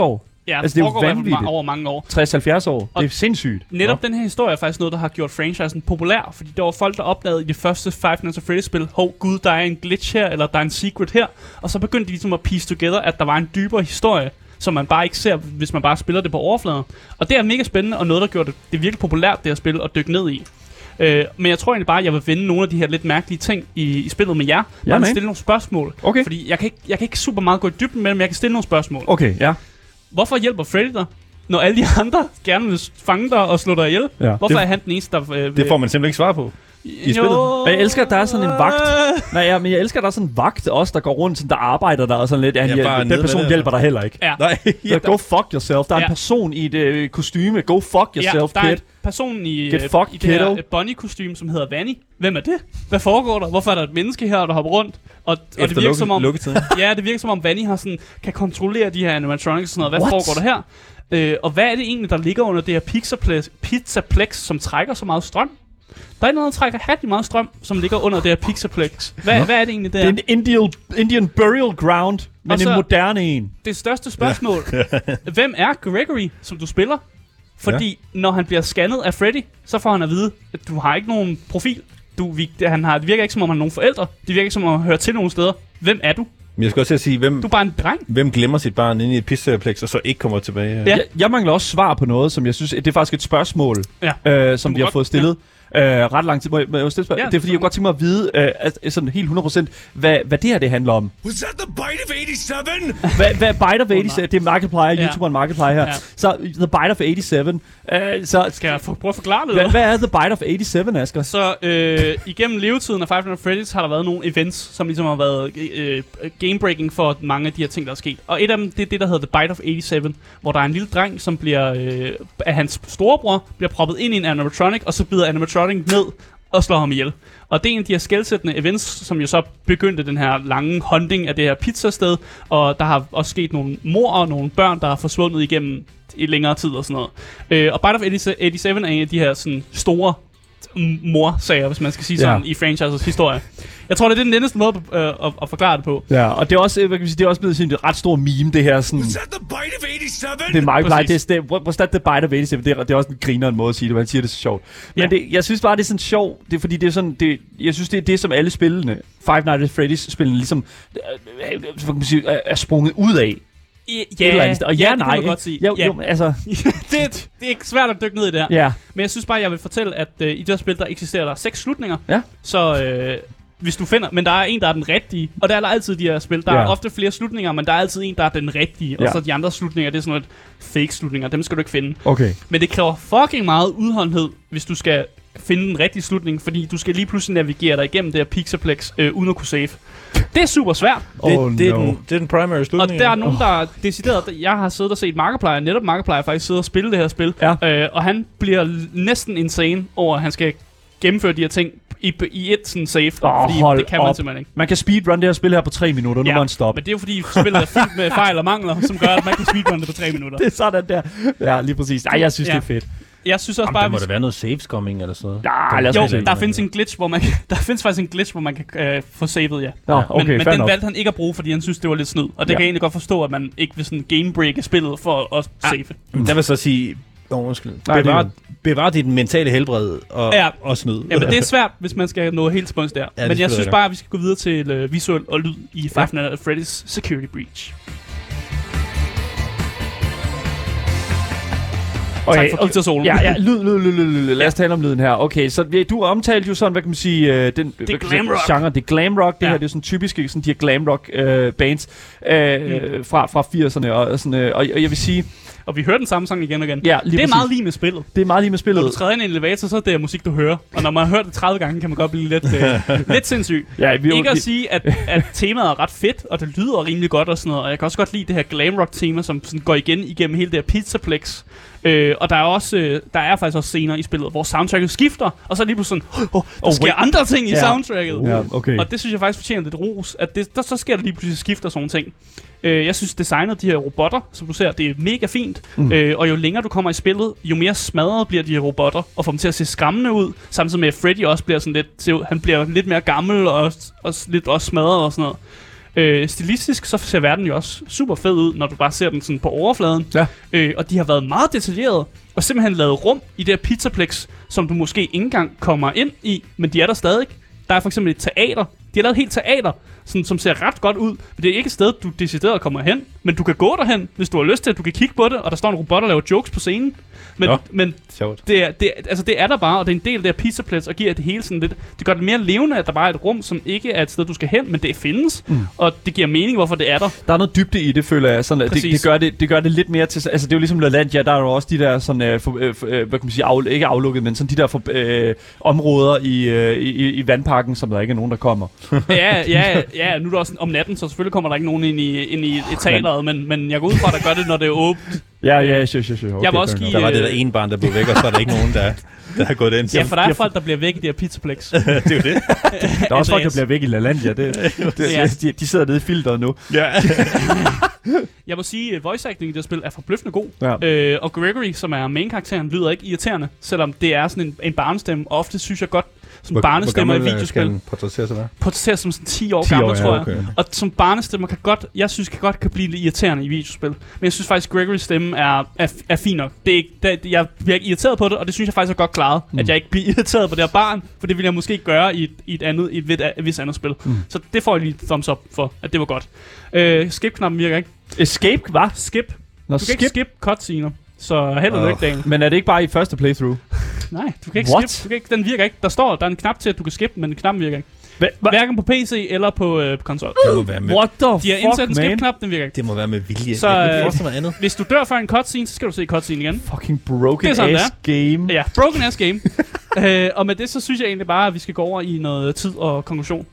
Speaker 2: Ja,
Speaker 1: altså, det er jo vanvittigt.
Speaker 2: Over mange år.
Speaker 1: tres til halvfjerds år. Og det er sindssygt.
Speaker 2: Netop ja. Den her historie er faktisk noget, der har gjort franchisen populær, fordi der var folk, der opdagede i det første Five Nights at Freddy's-spil, hov gud, der er en glitch her, eller der er en secret her, og så begyndte de ligesom at piece together, at der var en dybere historie, som man bare ikke ser, hvis man bare spiller det på overfladen. Og det er mega spændende, og noget, der gjorde det, det er virkelig populært, det at spille og dykke ned i. Øh, men jeg tror egentlig bare, at jeg vil vende nogle af de her lidt mærkelige ting i, i spillet med jer. Ja, jeg vil stille nogle spørgsmål.
Speaker 1: Okay.
Speaker 2: Fordi jeg kan, ikke, jeg kan ikke super meget gå i dybden med dem, men jeg kan stille nogle spørgsmål.
Speaker 1: Okay, ja.
Speaker 2: Hvorfor hjælper Freddy dig, når alle de andre gerne vil fange dig og slå dig ihjel? Ja. Hvorfor
Speaker 3: det,
Speaker 2: er han den eneste, der... Øh,
Speaker 3: det får man simpelthen ikke svar på i jo, spillet.
Speaker 1: Men jeg elsker, at der er sådan en vagt. Nej, ja, men jeg elsker, at der er sådan en vagt også, der går rundt, sådan, der arbejder der og sådan lidt. Ja, ja, den person hjælper dig heller ikke.
Speaker 2: Ja.
Speaker 1: Nej, ja, go fuck yourself. Der er ja. en person i et øh, kostyme. Go fuck yourself,
Speaker 2: ja,
Speaker 1: kid.
Speaker 2: Der er personen i,
Speaker 1: Get
Speaker 2: øh,
Speaker 1: fucked,
Speaker 2: i det her Bonnie-kostyme, som hedder Vanny. Hvem er det? Hvad foregår der? Hvorfor er der et menneske her, der hopper rundt? Og, og det virker som om... ja, det virker som om Vanny har sådan, kan kontrollere de her animatronics og sådan noget. Hvad What? foregår der her? Øh, og hvad er det egentlig, der ligger under det her Pizzaplex, Pizzaplex som trækker så meget strøm? Der er noget, der trækker hattig meget strøm, som ligger under det her Pizzaplex. Hvad, hvad er det egentlig, der?
Speaker 1: Det er en Indian, Indian burial ground, men en moderne en.
Speaker 2: Det største spørgsmål. Hvem er Gregory, som du spiller? Fordi ja. når han bliver scannet af Freddy, så får han at vide, at du har ikke nogen profil. Du, vi, han har, det virker ikke, som om han har nogen forældre. Det virker ikke, som om han hører til nogen steder. Hvem er du?
Speaker 3: Men jeg skal også sige, hvem,
Speaker 2: du er bare en dreng.
Speaker 3: Hvem glemmer sit barn inde i et pizzaplex, og så ikke kommer tilbage?
Speaker 1: Ja. Jeg, jeg mangler også svar på noget, som jeg synes, det er faktisk et spørgsmål, ja. øh, som de har fået stillet. Ja. Uh, ret lang tid. Må jeg, må jeg stille spørgsmål? Ja, det er fordi, jeg godt tænker mig at vide, uh, at, sådan helt hundrede procent, hvad, hvad det her det handler om.
Speaker 5: Was that the Bite of eighty-seven?
Speaker 1: Hvad, hvad Bite of eighty-seven? Det er Markiplier, ja. YouTuberen Markiplier her. Ja. Så The Bite of eighty-seven. Uh, så,
Speaker 2: Skal jeg prøve at forklare det?
Speaker 1: Hvad, hvad er The Bite of eighty-seven, Asger?
Speaker 2: Så øh, igennem levetiden af Five Nights at Freddy's har der været nogle events, som ligesom har været øh, game-breaking for mange af de her ting, der er sket. Og et af dem, det er det, der hedder The Bite of eighty-seven, hvor der er en lille dreng, som bliver øh, af hans storebror, bliver proppet ind i en animatronic, og så bider animatronic ned og slår ham ihjel. Og det er en af de her skelsættende events, som jo så begyndte den her lange hunting af det her pizzasted, og der har også sket nogle mor og nogle børn, der har forsvundet igennem i længere tid og sådan noget. Øh, og Bite of eighty-seven er en af de her sådan store mor-sager, hvis man skal sige sådan, ja. i franchises historie. Jeg tror, det er den nemmeste måde øh, at, at forklare det på.
Speaker 1: Ja, og det er også, hvad kan vi sige, det er også blevet sådan et ret stor meme, det her sådan...
Speaker 5: Was that the Bite of eighty-seven?
Speaker 1: Det er Markiplier, det er, det, was that the Bite of eighty-seven? Det er, det er også en griner en måde at sige det, man siger det så sjovt. Men ja. det, jeg synes bare, det er sådan sjovt, det er fordi, det er sådan, det, jeg synes, det er det, som alle spillene, Five Nights at Freddy's-spillene, ligesom, øh, hvad kan man sige, er, er sprunget ud af.
Speaker 2: I, ja,
Speaker 1: og ja,
Speaker 2: ja,
Speaker 1: nej,
Speaker 2: det kan man godt sige.
Speaker 1: Jo,
Speaker 2: ja.
Speaker 1: jo, altså...
Speaker 2: det, det er svært at dykke ned i det her.
Speaker 1: Ja.
Speaker 2: Men jeg synes bare, jeg vil fortælle, at øh, i det her spil, der eksisterer der seks slutninger.
Speaker 1: Ja.
Speaker 2: Så øh, hvis du finder... Men der er en, der er den rigtige. Og der er der altid de her spil. Der ja. er ofte flere slutninger, men der er altid en, der er den rigtige. Ja. Og så de andre slutninger, det er sådan noget fake-slutninger. Dem skal du ikke finde.
Speaker 1: Okay.
Speaker 2: Men det kræver fucking meget udholdenhed, hvis du skal finde den rigtige slutning. Fordi du skal lige pludselig navigere dig igennem det her Pizzaplex, øh, uden at kunne save. Det er super svært.
Speaker 3: Oh, det, det, er no. den, det er den primary slutning.
Speaker 2: Og der er nogen, der decideret... Jeg har siddet og set Markiplier, netop Markiplier faktisk sidder og spille det her spil.
Speaker 1: Ja.
Speaker 2: Øh, og han bliver næsten insane over, at han skal gennemføre de her ting i, i et sådan save.
Speaker 1: Oh,
Speaker 2: fordi det kan man op. simpelthen ikke.
Speaker 1: Man kan speedrun det her spil her på tre minutter, nu
Speaker 2: ja,
Speaker 1: må man stoppe.
Speaker 2: Men det er jo fordi spillet er fyldt med fejl og mangler, som gør, at man kan speedrun det på tre minutter.
Speaker 1: Det er sådan der. Ja, lige præcis. Ej, jeg synes, ja. det er fedt.
Speaker 2: Jeg synes også
Speaker 3: Jamen,
Speaker 2: bare,
Speaker 3: der må der være noget save-scumming eller sådan
Speaker 1: noget.
Speaker 2: Ja, jo, der findes en glitch, hvor man der findes faktisk en glitch, hvor man kan øh, få savet, ja.
Speaker 1: Nå, okay,
Speaker 2: men men den
Speaker 1: nok.
Speaker 2: valgte han ikke at bruge, fordi han synes det var lidt snyd. Og det ja. kan jeg egentlig godt forstå, at man ikke vil sådan gamebreake spillet for at
Speaker 3: ja.
Speaker 2: save.
Speaker 3: Men der vil så sige, oh, undskyld. Bevar, bevar dit mentale helbred og,
Speaker 2: ja.
Speaker 3: og snyd.
Speaker 2: Ja, men det er svært, hvis man skal nå helt spons der. Ja, men jeg synes bare, at vi skal gå videre til uh, visuel og lyd i Five Nights at Freddy's Security Breach.
Speaker 1: Okay,
Speaker 2: tak for Pizzasolen.
Speaker 1: Ja, ja, lyd, lyd, lyd, lyd, lyd. Lad os tale om lyden her. Okay, så du omtalte jo sådan, hvad kan man sige, uh, den
Speaker 2: det er glam rock.
Speaker 1: genre, det er glam rock. Det ja. her, det er sådan typiske, sådan de her glam rock uh, bands uh, mm. fra, fra firserne. Og, sådan, uh, og, og jeg vil sige...
Speaker 2: Og vi hører den samme sang igen og igen.
Speaker 1: Ja,
Speaker 2: det er
Speaker 1: præcis.
Speaker 2: meget lige med spillet.
Speaker 1: Det er meget lige med spillet.
Speaker 2: Når du træder ind i en elevator, så er det musik, du hører. Og når man har hørt det tredive gange, kan man godt blive lidt, øh, lidt sindssyg.
Speaker 1: Ja, vi,
Speaker 2: ikke at
Speaker 1: vi,
Speaker 2: sige, at, at temaet er ret fedt, og det lyder rimelig godt og sådan noget. Og jeg kan også godt lide det her glam rock tema, som sådan går igen igennem hele det her Pizzaplex. Øh, og der er også øh, der er faktisk også scener i spillet, hvor soundtracket skifter, og så lige pludselig sådan, oh, der oh, sker wait. andre ting i yeah. soundtracket.
Speaker 1: Yeah, okay.
Speaker 2: Og det synes jeg faktisk fortjener lidt ros, at det, der, så sker der lige pludselig skifter sådan ting. Øh, jeg synes designet af de her robotter, som du ser, det er mega fint. Mm. Øh, og jo længere du kommer i spillet, jo mere smadret bliver de her robotter, og får dem til at se skræmmende ud, samtidig med at Freddy også bliver sådan lidt, han bliver lidt mere gammel og, og lidt også smadret og sådan noget. Øh, stilistisk, så ser verden jo også super fed ud, når du bare ser den sådan på overfladen.
Speaker 1: Ja.
Speaker 2: Øh, og de har været meget detaljerede, og simpelthen lavet rum i det her pizzaplex, som du måske ikke engang kommer ind i, men de er der stadig. Der er for eksempel et teater. De har lavet helt teater, sådan, som ser ret godt ud. Men det er ikke et sted, du decideret kommer hen, men du kan gå derhen, hvis du har lyst til, at du kan kigge på det, og der står en robot og laver jokes på scenen. Men,
Speaker 3: Nå,
Speaker 2: men det, er, det, er, altså det er der bare, og det er en del af det her pizzaplex, og giver det hele sådan lidt... Det gør det mere levende, at der bare er et rum, som ikke er et sted, du skal hen, men det findes, mm. og det giver mening, hvorfor det er der.
Speaker 1: Der er noget dybde i det, føler jeg. Sådan, at det, det, gør det, det gør det lidt mere til... Altså, det er jo ligesom LaLandia, der er jo også de der sådan... Øh, for, øh, hvad kan man sige? Af, ikke aflukket, men sådan de der for, øh, områder i, øh, i, i vandparken, som der ikke er nogen, der kommer.
Speaker 2: ja, ja, ja, nu er det også om natten, så selvfølgelig kommer der ikke nogen ind i, ind i et teateret, men, men jeg går ud fra, at der gør det, når det er åbent.
Speaker 1: Ja, ja, sure, sure, sure. Okay,
Speaker 2: jeg vil også give,
Speaker 3: der var det der ene barn, der blev væk, og så er der ikke nogen, der, der har gået ind.
Speaker 2: Ja, for der er folk, der bliver væk i det her pizzaplex.
Speaker 3: det er jo det.
Speaker 1: Der er også folk, der bliver væk i LaLandia. Det, det,
Speaker 2: ja.
Speaker 1: de, de sidder nede i filteret nu.
Speaker 3: Ja.
Speaker 2: Jeg må sige, at voice acting i det her spil er forbløffende god.
Speaker 1: Ja.
Speaker 2: Øh, og Gregory, som er main-karakteren, lyder ikke irriterende, selvom det er sådan en, en barnestemme. Og ofte synes jeg godt, som barnestemmer i videospil
Speaker 3: portrætterer sig der?
Speaker 2: Portrætterer som sådan ti år
Speaker 1: ti
Speaker 2: gammel,
Speaker 1: år,
Speaker 2: tror jeg.
Speaker 1: okay.
Speaker 2: Og som barnestemmer kan godt, jeg synes kan godt kan blive lidt irriterende i videospil. Men jeg synes faktisk, Gregorys stemme er, er, er fin nok. Det er ikke, det, jeg bliver ikke irriteret på det, og det synes jeg faktisk er godt klaret. Mm. At jeg ikke bliver irriteret på det her barn, for det ville jeg måske ikke gøre i et, i et andet, i et, et, et vis andet spil. Mm. Så det får jeg lige thumbs up for, at det var godt. Øh, skip-knappen virker ikke.
Speaker 1: Escape, hvad?
Speaker 2: Skip.
Speaker 1: Nå,
Speaker 2: du kan ikke skip cutscener. Så held og lykke, Daniel.
Speaker 1: Men er det ikke bare i første playthrough?
Speaker 2: Nej, du kan ikke
Speaker 1: What?
Speaker 2: skip. Du kan ikke, den virker ikke. Der står, der er en knap til, at du kan skip, men knappen virker ikke.
Speaker 1: Hva- hva-
Speaker 2: Hverken på P C eller på øh, konsol.
Speaker 3: Det må være med,
Speaker 1: What the
Speaker 2: De har
Speaker 1: fuck,
Speaker 2: indsat en
Speaker 1: man?
Speaker 2: skip-knap, den virker ikke.
Speaker 3: det må være med vilje.
Speaker 2: Så,
Speaker 3: jeg kan
Speaker 2: øh,
Speaker 3: ikke forestille mig andet.
Speaker 2: Hvis du dør for en cutscene, så skal du se cutscene igen.
Speaker 1: Fucking broken
Speaker 2: Det er sådan,
Speaker 1: ass game.
Speaker 2: Ja, broken ass game. øh, og med det, så synes jeg egentlig bare, at vi skal gå over i noget tid og konklusion.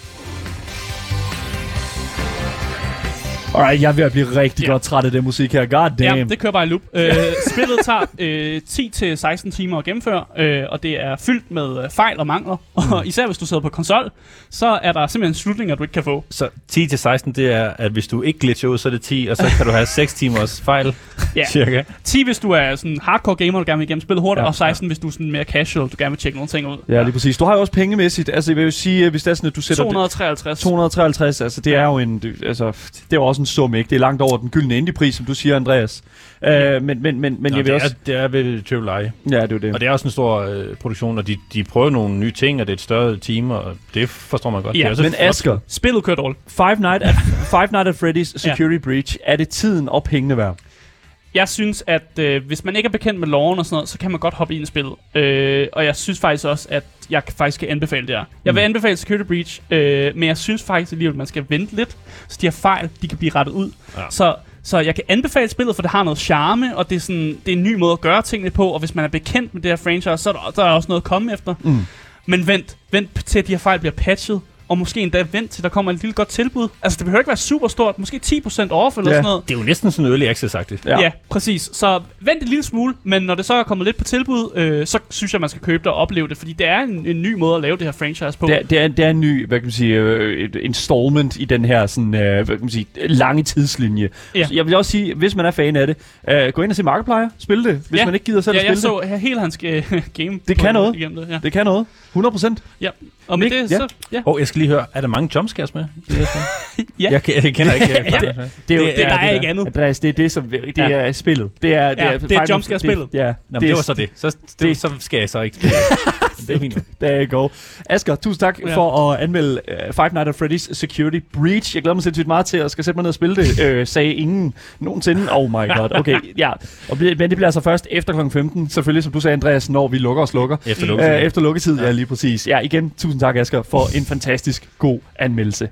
Speaker 1: Alright, jeg er ved at blive rigtig
Speaker 2: Ja.
Speaker 1: godt træt af det musik her. God damn.
Speaker 2: Ja, det kører bare i loop. Øh, spillet tager øh, ti til seksten timer at gennemføre, øh, og det er fyldt med øh, fejl og mangler. Og især hvis du sidder på konsol, så er der simpelthen slutninger, du ikke kan få.
Speaker 3: Så ti til seksten, det er, at hvis du ikke glitcher ud, så er det ti, og så kan du have seks timers fejl,
Speaker 2: Ja.
Speaker 3: cirka.
Speaker 2: ti hvis du er sådan hardcore gamer, du gerne vil igennem spillet hurtigt,
Speaker 1: Ja,
Speaker 2: og seksten hvis du er sådan mere casual, du gerne vil tjekke nogle ting ud.
Speaker 1: Ja, lige præcis. Du har jo også pengemæssigt. Altså, jeg vil jo sige, at hvis det er sådan, at du sætter...
Speaker 2: to hundrede og treoghalvtreds.
Speaker 1: to hundrede og treoghalvtreds, altså det er jo en, det- altså, det er jo også en sum, ikke? Det er langt over den gyldne indie-pris, som du siger, Andreas. Uh, men men, men, men
Speaker 3: Nå,
Speaker 1: jeg vil
Speaker 3: det,
Speaker 1: også...
Speaker 3: er, det er ved Triple I.
Speaker 1: Ja, det er jo det.
Speaker 3: Og det er også en stor øh, produktion, og de, de prøver nogle nye ting, og det er et større team, og det forstår man godt.
Speaker 2: Ja,
Speaker 3: det er også
Speaker 1: Men
Speaker 3: flot.
Speaker 1: Asger,
Speaker 2: Spillet kører dårligt.
Speaker 1: Five Nights at, Five Nights at Freddy's Security ja. Breach, er det tiden og pengene værd?
Speaker 2: Jeg synes, at øh, hvis man ikke er bekendt med loven og sådan noget, så kan man godt hoppe ind i spillet. Øh, og jeg synes faktisk også, at jeg faktisk kan anbefale det her. Jeg vil anbefale Security Breach, øh, men jeg synes faktisk alligevel, at man skal vente lidt, så de her fejl, de kan blive rettet ud.
Speaker 3: Ja.
Speaker 2: Så, så jeg kan anbefale spillet, for det har noget charme, og det er, sådan, det er en ny måde at gøre tingene på, og hvis man er bekendt med det her franchise, så er der, der er også noget at komme efter.
Speaker 1: Mm.
Speaker 2: Men vent, vent til, at de her fejl bliver patchet, og måske endda vent til, der kommer et lille godt tilbud. Altså, det behøver ikke være super stort. Måske ti procent off eller
Speaker 1: Ja.
Speaker 2: sådan noget.
Speaker 3: Det er jo næsten sådan early access-agtigt.
Speaker 1: Ja.
Speaker 2: Ja. ja, præcis. Så vent en lille smule, men når det så er kommet lidt på tilbud, øh, så synes jeg, man skal købe det og opleve det, fordi det er en, en ny måde at lave det her franchise på.
Speaker 1: Det er, det, er, det er en ny, hvad kan man sige, øh, et installment i den her sådan, øh, hvad kan man sige, lange tidslinje.
Speaker 2: Ja.
Speaker 1: Så jeg vil også sige, hvis man er fan af det, øh, gå ind og se Markiplier, spil det, hvis
Speaker 2: Ja.
Speaker 1: man ikke gider selv
Speaker 2: ja,
Speaker 1: at
Speaker 2: jeg
Speaker 1: spille det.
Speaker 2: så hele hans uh, game.
Speaker 1: Det kan noget.
Speaker 2: Igennem det, ja.
Speaker 1: Det kan noget. hundrede procent.
Speaker 2: ja. Og med
Speaker 1: Nick,
Speaker 2: det,
Speaker 1: ja.
Speaker 2: så... Ja.
Speaker 3: Og jeg skal lige høre, er der mange jumpscares med? i det her spil?
Speaker 2: Ja.
Speaker 3: Jeg, jeg, jeg kender ikke.
Speaker 2: Ja.
Speaker 3: Jeg,
Speaker 1: Det er jo
Speaker 2: Det- det- der er ikke andet.
Speaker 1: Andreas, det er det, som det
Speaker 2: Ja.
Speaker 1: er spillet. Det er, det
Speaker 2: Ja,
Speaker 1: er,
Speaker 2: det er jumpscare-spillet.
Speaker 1: Det, ja,
Speaker 3: Nå, det, det var så det. Så, det,
Speaker 1: det-
Speaker 3: så skal jeg så ikke spille. Det er fint.
Speaker 1: There you go. Asger, tusind tak
Speaker 2: Ja.
Speaker 1: for at anmelde uh, Five Nights at Freddy's Security Breach. Jeg glæder mig sindssygt meget til at skal sætte mig ned og spille det, uh, sagde ingen nogensinde. Oh my god. Okay, ja. Og, bl- men det bliver altså først efter klokken femten, selvfølgelig, som du sagde, Andreas, når vi lukker og slukker.
Speaker 3: Efter
Speaker 1: Uh,
Speaker 3: lukketid.
Speaker 1: efter lukketid, ja. ja, lige præcis. Ja, igen, tusind tak, Asger, for en fantastisk god anmeldelse.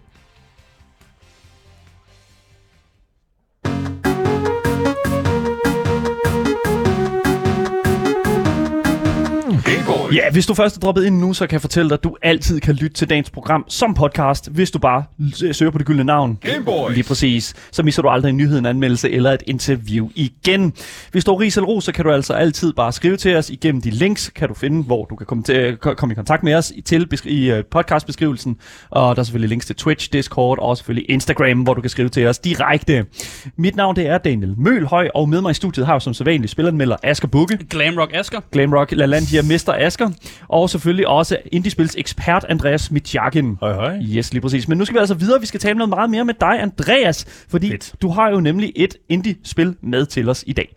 Speaker 1: Ja, hvis du først er droppet ind nu, så kan jeg fortælle dig, at du altid kan lytte til dagens program som podcast, hvis du bare l- søger på det gyldne navn.
Speaker 5: Gameboys.
Speaker 1: Lige præcis. Så misser du aldrig en nyhed, en anmeldelse eller et interview igen. Hvis du har ris eller ros, så kan du altså altid bare skrive til os igennem de links, kan du finde, hvor du kan komme, til, komme i kontakt med os i, til beskri- i uh, podcastbeskrivelsen. Og der er selvfølgelig links til Twitch, Discord og selvfølgelig Instagram, hvor du kan skrive til os direkte. Mit navn det er Daniel Mølhøj, og med mig i studiet har jeg som sædvanligt spilleranmelder Asger Bukke,
Speaker 2: Glamrock Asger.
Speaker 1: Glamrock, LaLandia, Mister Asger, og selvfølgelig også Indiespils ekspert Andreas Mitjakin.
Speaker 3: Hej, hej.
Speaker 1: Yes, lige præcis. Men nu skal vi altså videre. Vi skal tale noget meget mere med dig, Andreas, fordi
Speaker 3: Fedt.
Speaker 1: du har jo nemlig et indie-spil med til os i dag.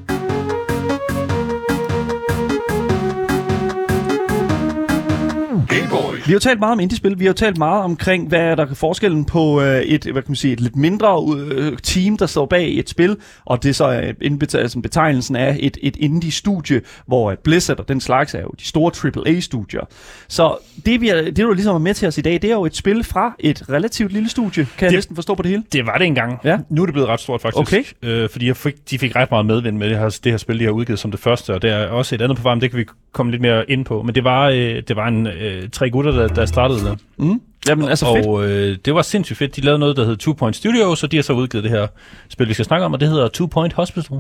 Speaker 1: Vi har jo talt meget om indie-spil. Vi har jo talt meget omkring, hvad der er forskellen på øh, et, hvad kan man sige, et lidt mindre øh, team, der står bag et spil, og det så er altså betegnelsen af et, et indie-studie, hvor Blizzard og den slags er jo de store triple A-studier. Så det, vi er, det, du ligesom er med til os i dag, det er jo et spil fra et relativt lille studie. Kan jeg
Speaker 3: det,
Speaker 1: næsten forstå på det hele?
Speaker 3: Det var det engang.
Speaker 1: Ja.
Speaker 3: Nu er det blevet ret stort, faktisk.
Speaker 1: Okay.
Speaker 3: Øh, fordi jeg fik, de fik ret meget medvind med det her, det her spil, de har udgivet som det første, og der er også et andet på vejen, det kan vi komme lidt mere ind på. Men det var, øh, det var en øh, tre gutter, der, der startede der.
Speaker 1: Mm. Jamen, altså fedt.
Speaker 3: Og øh, det var sindssygt fedt. De lavede noget, der hed Two Point Studios, og de har så udgivet det her spil, vi skal snakke om, og det hedder Two Point Hospital.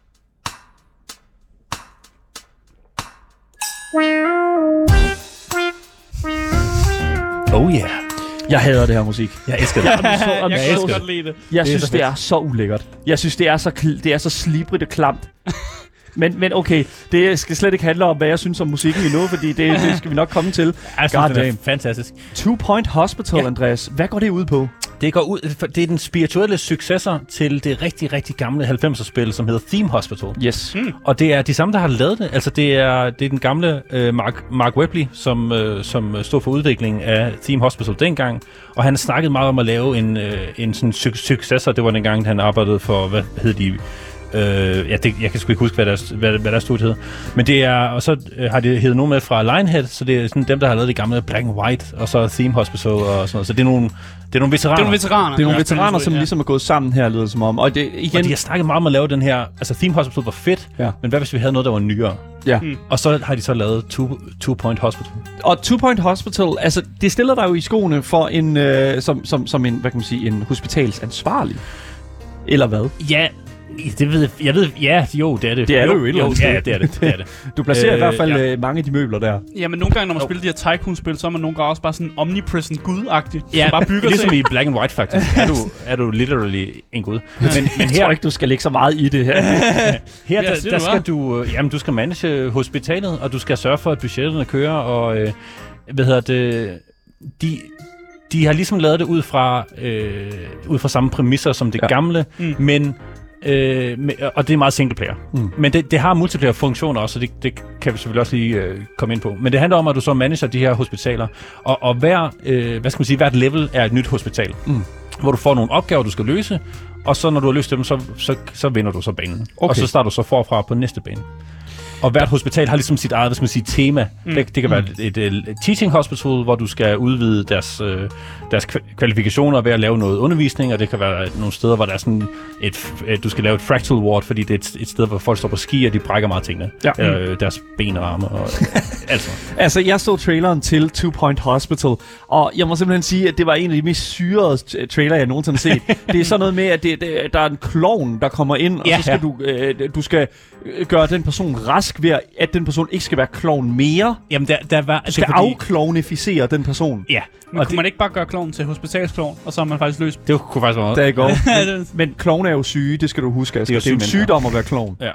Speaker 3: Oh yeah.
Speaker 1: Jeg hader det her musik.
Speaker 3: Jeg elsker det.
Speaker 2: jeg kan
Speaker 1: jeg
Speaker 2: også
Speaker 1: elsker
Speaker 2: godt lide det.
Speaker 1: Jeg
Speaker 3: Det er
Speaker 1: synes,
Speaker 3: så
Speaker 1: det
Speaker 3: fedt.
Speaker 1: er så ulækkert. Jeg synes, det er så, kl- det er så slibrigt og klamt. Men, men okay, det skal slet ikke handle om, hvad jeg synes om musikken endnu, fordi det, det skal vi nok komme til.
Speaker 3: Jeg synes,
Speaker 1: God
Speaker 3: det er
Speaker 1: damn.
Speaker 3: fantastisk.
Speaker 1: Two Point Hospital,
Speaker 3: Ja.
Speaker 1: Andreas. Hvad går det ud på?
Speaker 3: Det går ud, for det er den spirituelle successor til det rigtig, rigtig gamle halvfemser-spil, som hedder Theme Hospital.
Speaker 1: Yes. Mm.
Speaker 3: Og det er de samme, der har lavet det. Altså, det er, det er den gamle øh, Mark, Mark Webley, som, øh, som stod for udviklingen af Theme Hospital dengang. Og han snakkede meget om at lave en, øh, en sådan su- successor. Det var den gang, han arbejdede for, hvad hed de... Øh, ja, det, jeg kan sgu ikke huske, hvad der, hvad, hvad der stod hed. Men det er, og så øh, har det heddet nogen med fra Lionhead, så det er sådan dem, der har lavet det gamle Black and White, og så Theme Hospital og sådan noget. Så det er nogle, det er nogle veteraner.
Speaker 2: Det er nogle veteraner.
Speaker 1: Det er nogle
Speaker 2: Ja,
Speaker 1: veteraner, som
Speaker 2: ja.
Speaker 1: ligesom er gået sammen her, lyder det som om. Og det igen...
Speaker 3: Og de har snakket meget om at lave den her... Altså, Theme Hospital var fedt,
Speaker 1: Ja.
Speaker 3: men hvad hvis vi havde noget, der var nyere?
Speaker 1: Ja.
Speaker 2: Mm.
Speaker 3: Og så har de så lavet Two, two Point Hospital.
Speaker 1: Og Two Point Hospital, altså det stiller dig jo i skoene for en, øh, som, som, som en, hvad kan man sige, en hospitalsansvarlig. Eller hvad?
Speaker 3: Ja, det ved jeg... Jeg ved... Ja, jo, det er det.
Speaker 1: Det er
Speaker 3: jo,
Speaker 1: det jo et eller andet
Speaker 3: Ja,
Speaker 1: sted.
Speaker 3: det er det. det, er det.
Speaker 1: Du placerer øh, i
Speaker 3: Øh,
Speaker 1: hvert fald
Speaker 3: ja.
Speaker 1: øh, mange af de møbler der.
Speaker 2: Ja, men nogle gange, når man spiller de her Tycoon-spil, så er man nogle gange også bare sådan omnipresent gud-agtig.
Speaker 3: Ja,
Speaker 2: som bare bygger
Speaker 3: ligesom
Speaker 2: sig.
Speaker 3: i Black and White, faktisk. er, du, er du literally en gud. Men, men
Speaker 1: Jeg
Speaker 3: her,
Speaker 1: tror ikke, du skal lægge så meget i det her.
Speaker 3: her
Speaker 2: Ja,
Speaker 3: der,
Speaker 2: det er
Speaker 3: der
Speaker 2: du
Speaker 3: skal
Speaker 2: er.
Speaker 3: du... øh, Jamen, du skal manage hospitalet, og du skal sørge for, at budgetterne kører, og... Øh, hvad hedder det... De... De har ligesom lavet det ud fra, øh, ud fra samme præmisser som det
Speaker 1: Ja.
Speaker 3: ja. gamle,
Speaker 2: Mm.
Speaker 3: men øh, med, og det er meget single player.
Speaker 1: Mm.
Speaker 3: Men det, det har multiplayer funktioner også, og det, det kan vi selvfølgelig også lige øh, komme ind på. Men det handler om, at du så manager de her hospitaler, og, og hver, øh, hvad skal man sige, hvert level er et nyt hospital,
Speaker 1: Mm.
Speaker 3: hvor du får nogle opgaver, du skal løse, og så når du har løst dem, så, så, så vinder du så banen.
Speaker 1: Okay.
Speaker 3: Og så starter du så forfra på næste bane. Og hvert hospital har ligesom sit eget, hvad skal man sige, tema. Mm. Det, det kan være et, et, et teaching hospital, hvor du skal udvide deres, øh, deres kvalifikationer ved at lave noget undervisning, og det kan være nogle steder, hvor der er sådan et, et du skal lave et fractal ward, fordi det er et, et sted, hvor folk står på ski, og de brækker meget tingene.
Speaker 1: Ja.
Speaker 3: Øh, deres ben og arme og altså.
Speaker 1: Altså, jeg så traileren til Two Point Hospital, og jeg må simpelthen sige, at det var en af de mest syrede t- trailer, jeg nogensinde har set. Det er sådan noget med, at det, det, der er en klovn, der kommer ind, og
Speaker 3: Ja,
Speaker 1: så skal
Speaker 3: ja.
Speaker 1: du, øh, du skal øh, gøre den person rask ved, at den person ikke skal være klovn mere.
Speaker 3: Jamen, der, der var...
Speaker 1: Du skal afklovnificere den person.
Speaker 3: Ja,
Speaker 2: Men
Speaker 3: og
Speaker 2: kunne
Speaker 3: det,
Speaker 2: man ikke bare gøre kloven til hospitalskloven, og så har man faktisk løst...
Speaker 3: det kunne faktisk være meget.
Speaker 1: Der går.
Speaker 2: Ja, det-
Speaker 1: Men klovn er jo syge, det skal du huske. Altså.
Speaker 3: Det er
Speaker 1: Det er
Speaker 3: jo
Speaker 1: jo en
Speaker 3: syge
Speaker 1: sygdom at være klovn.
Speaker 3: Ja.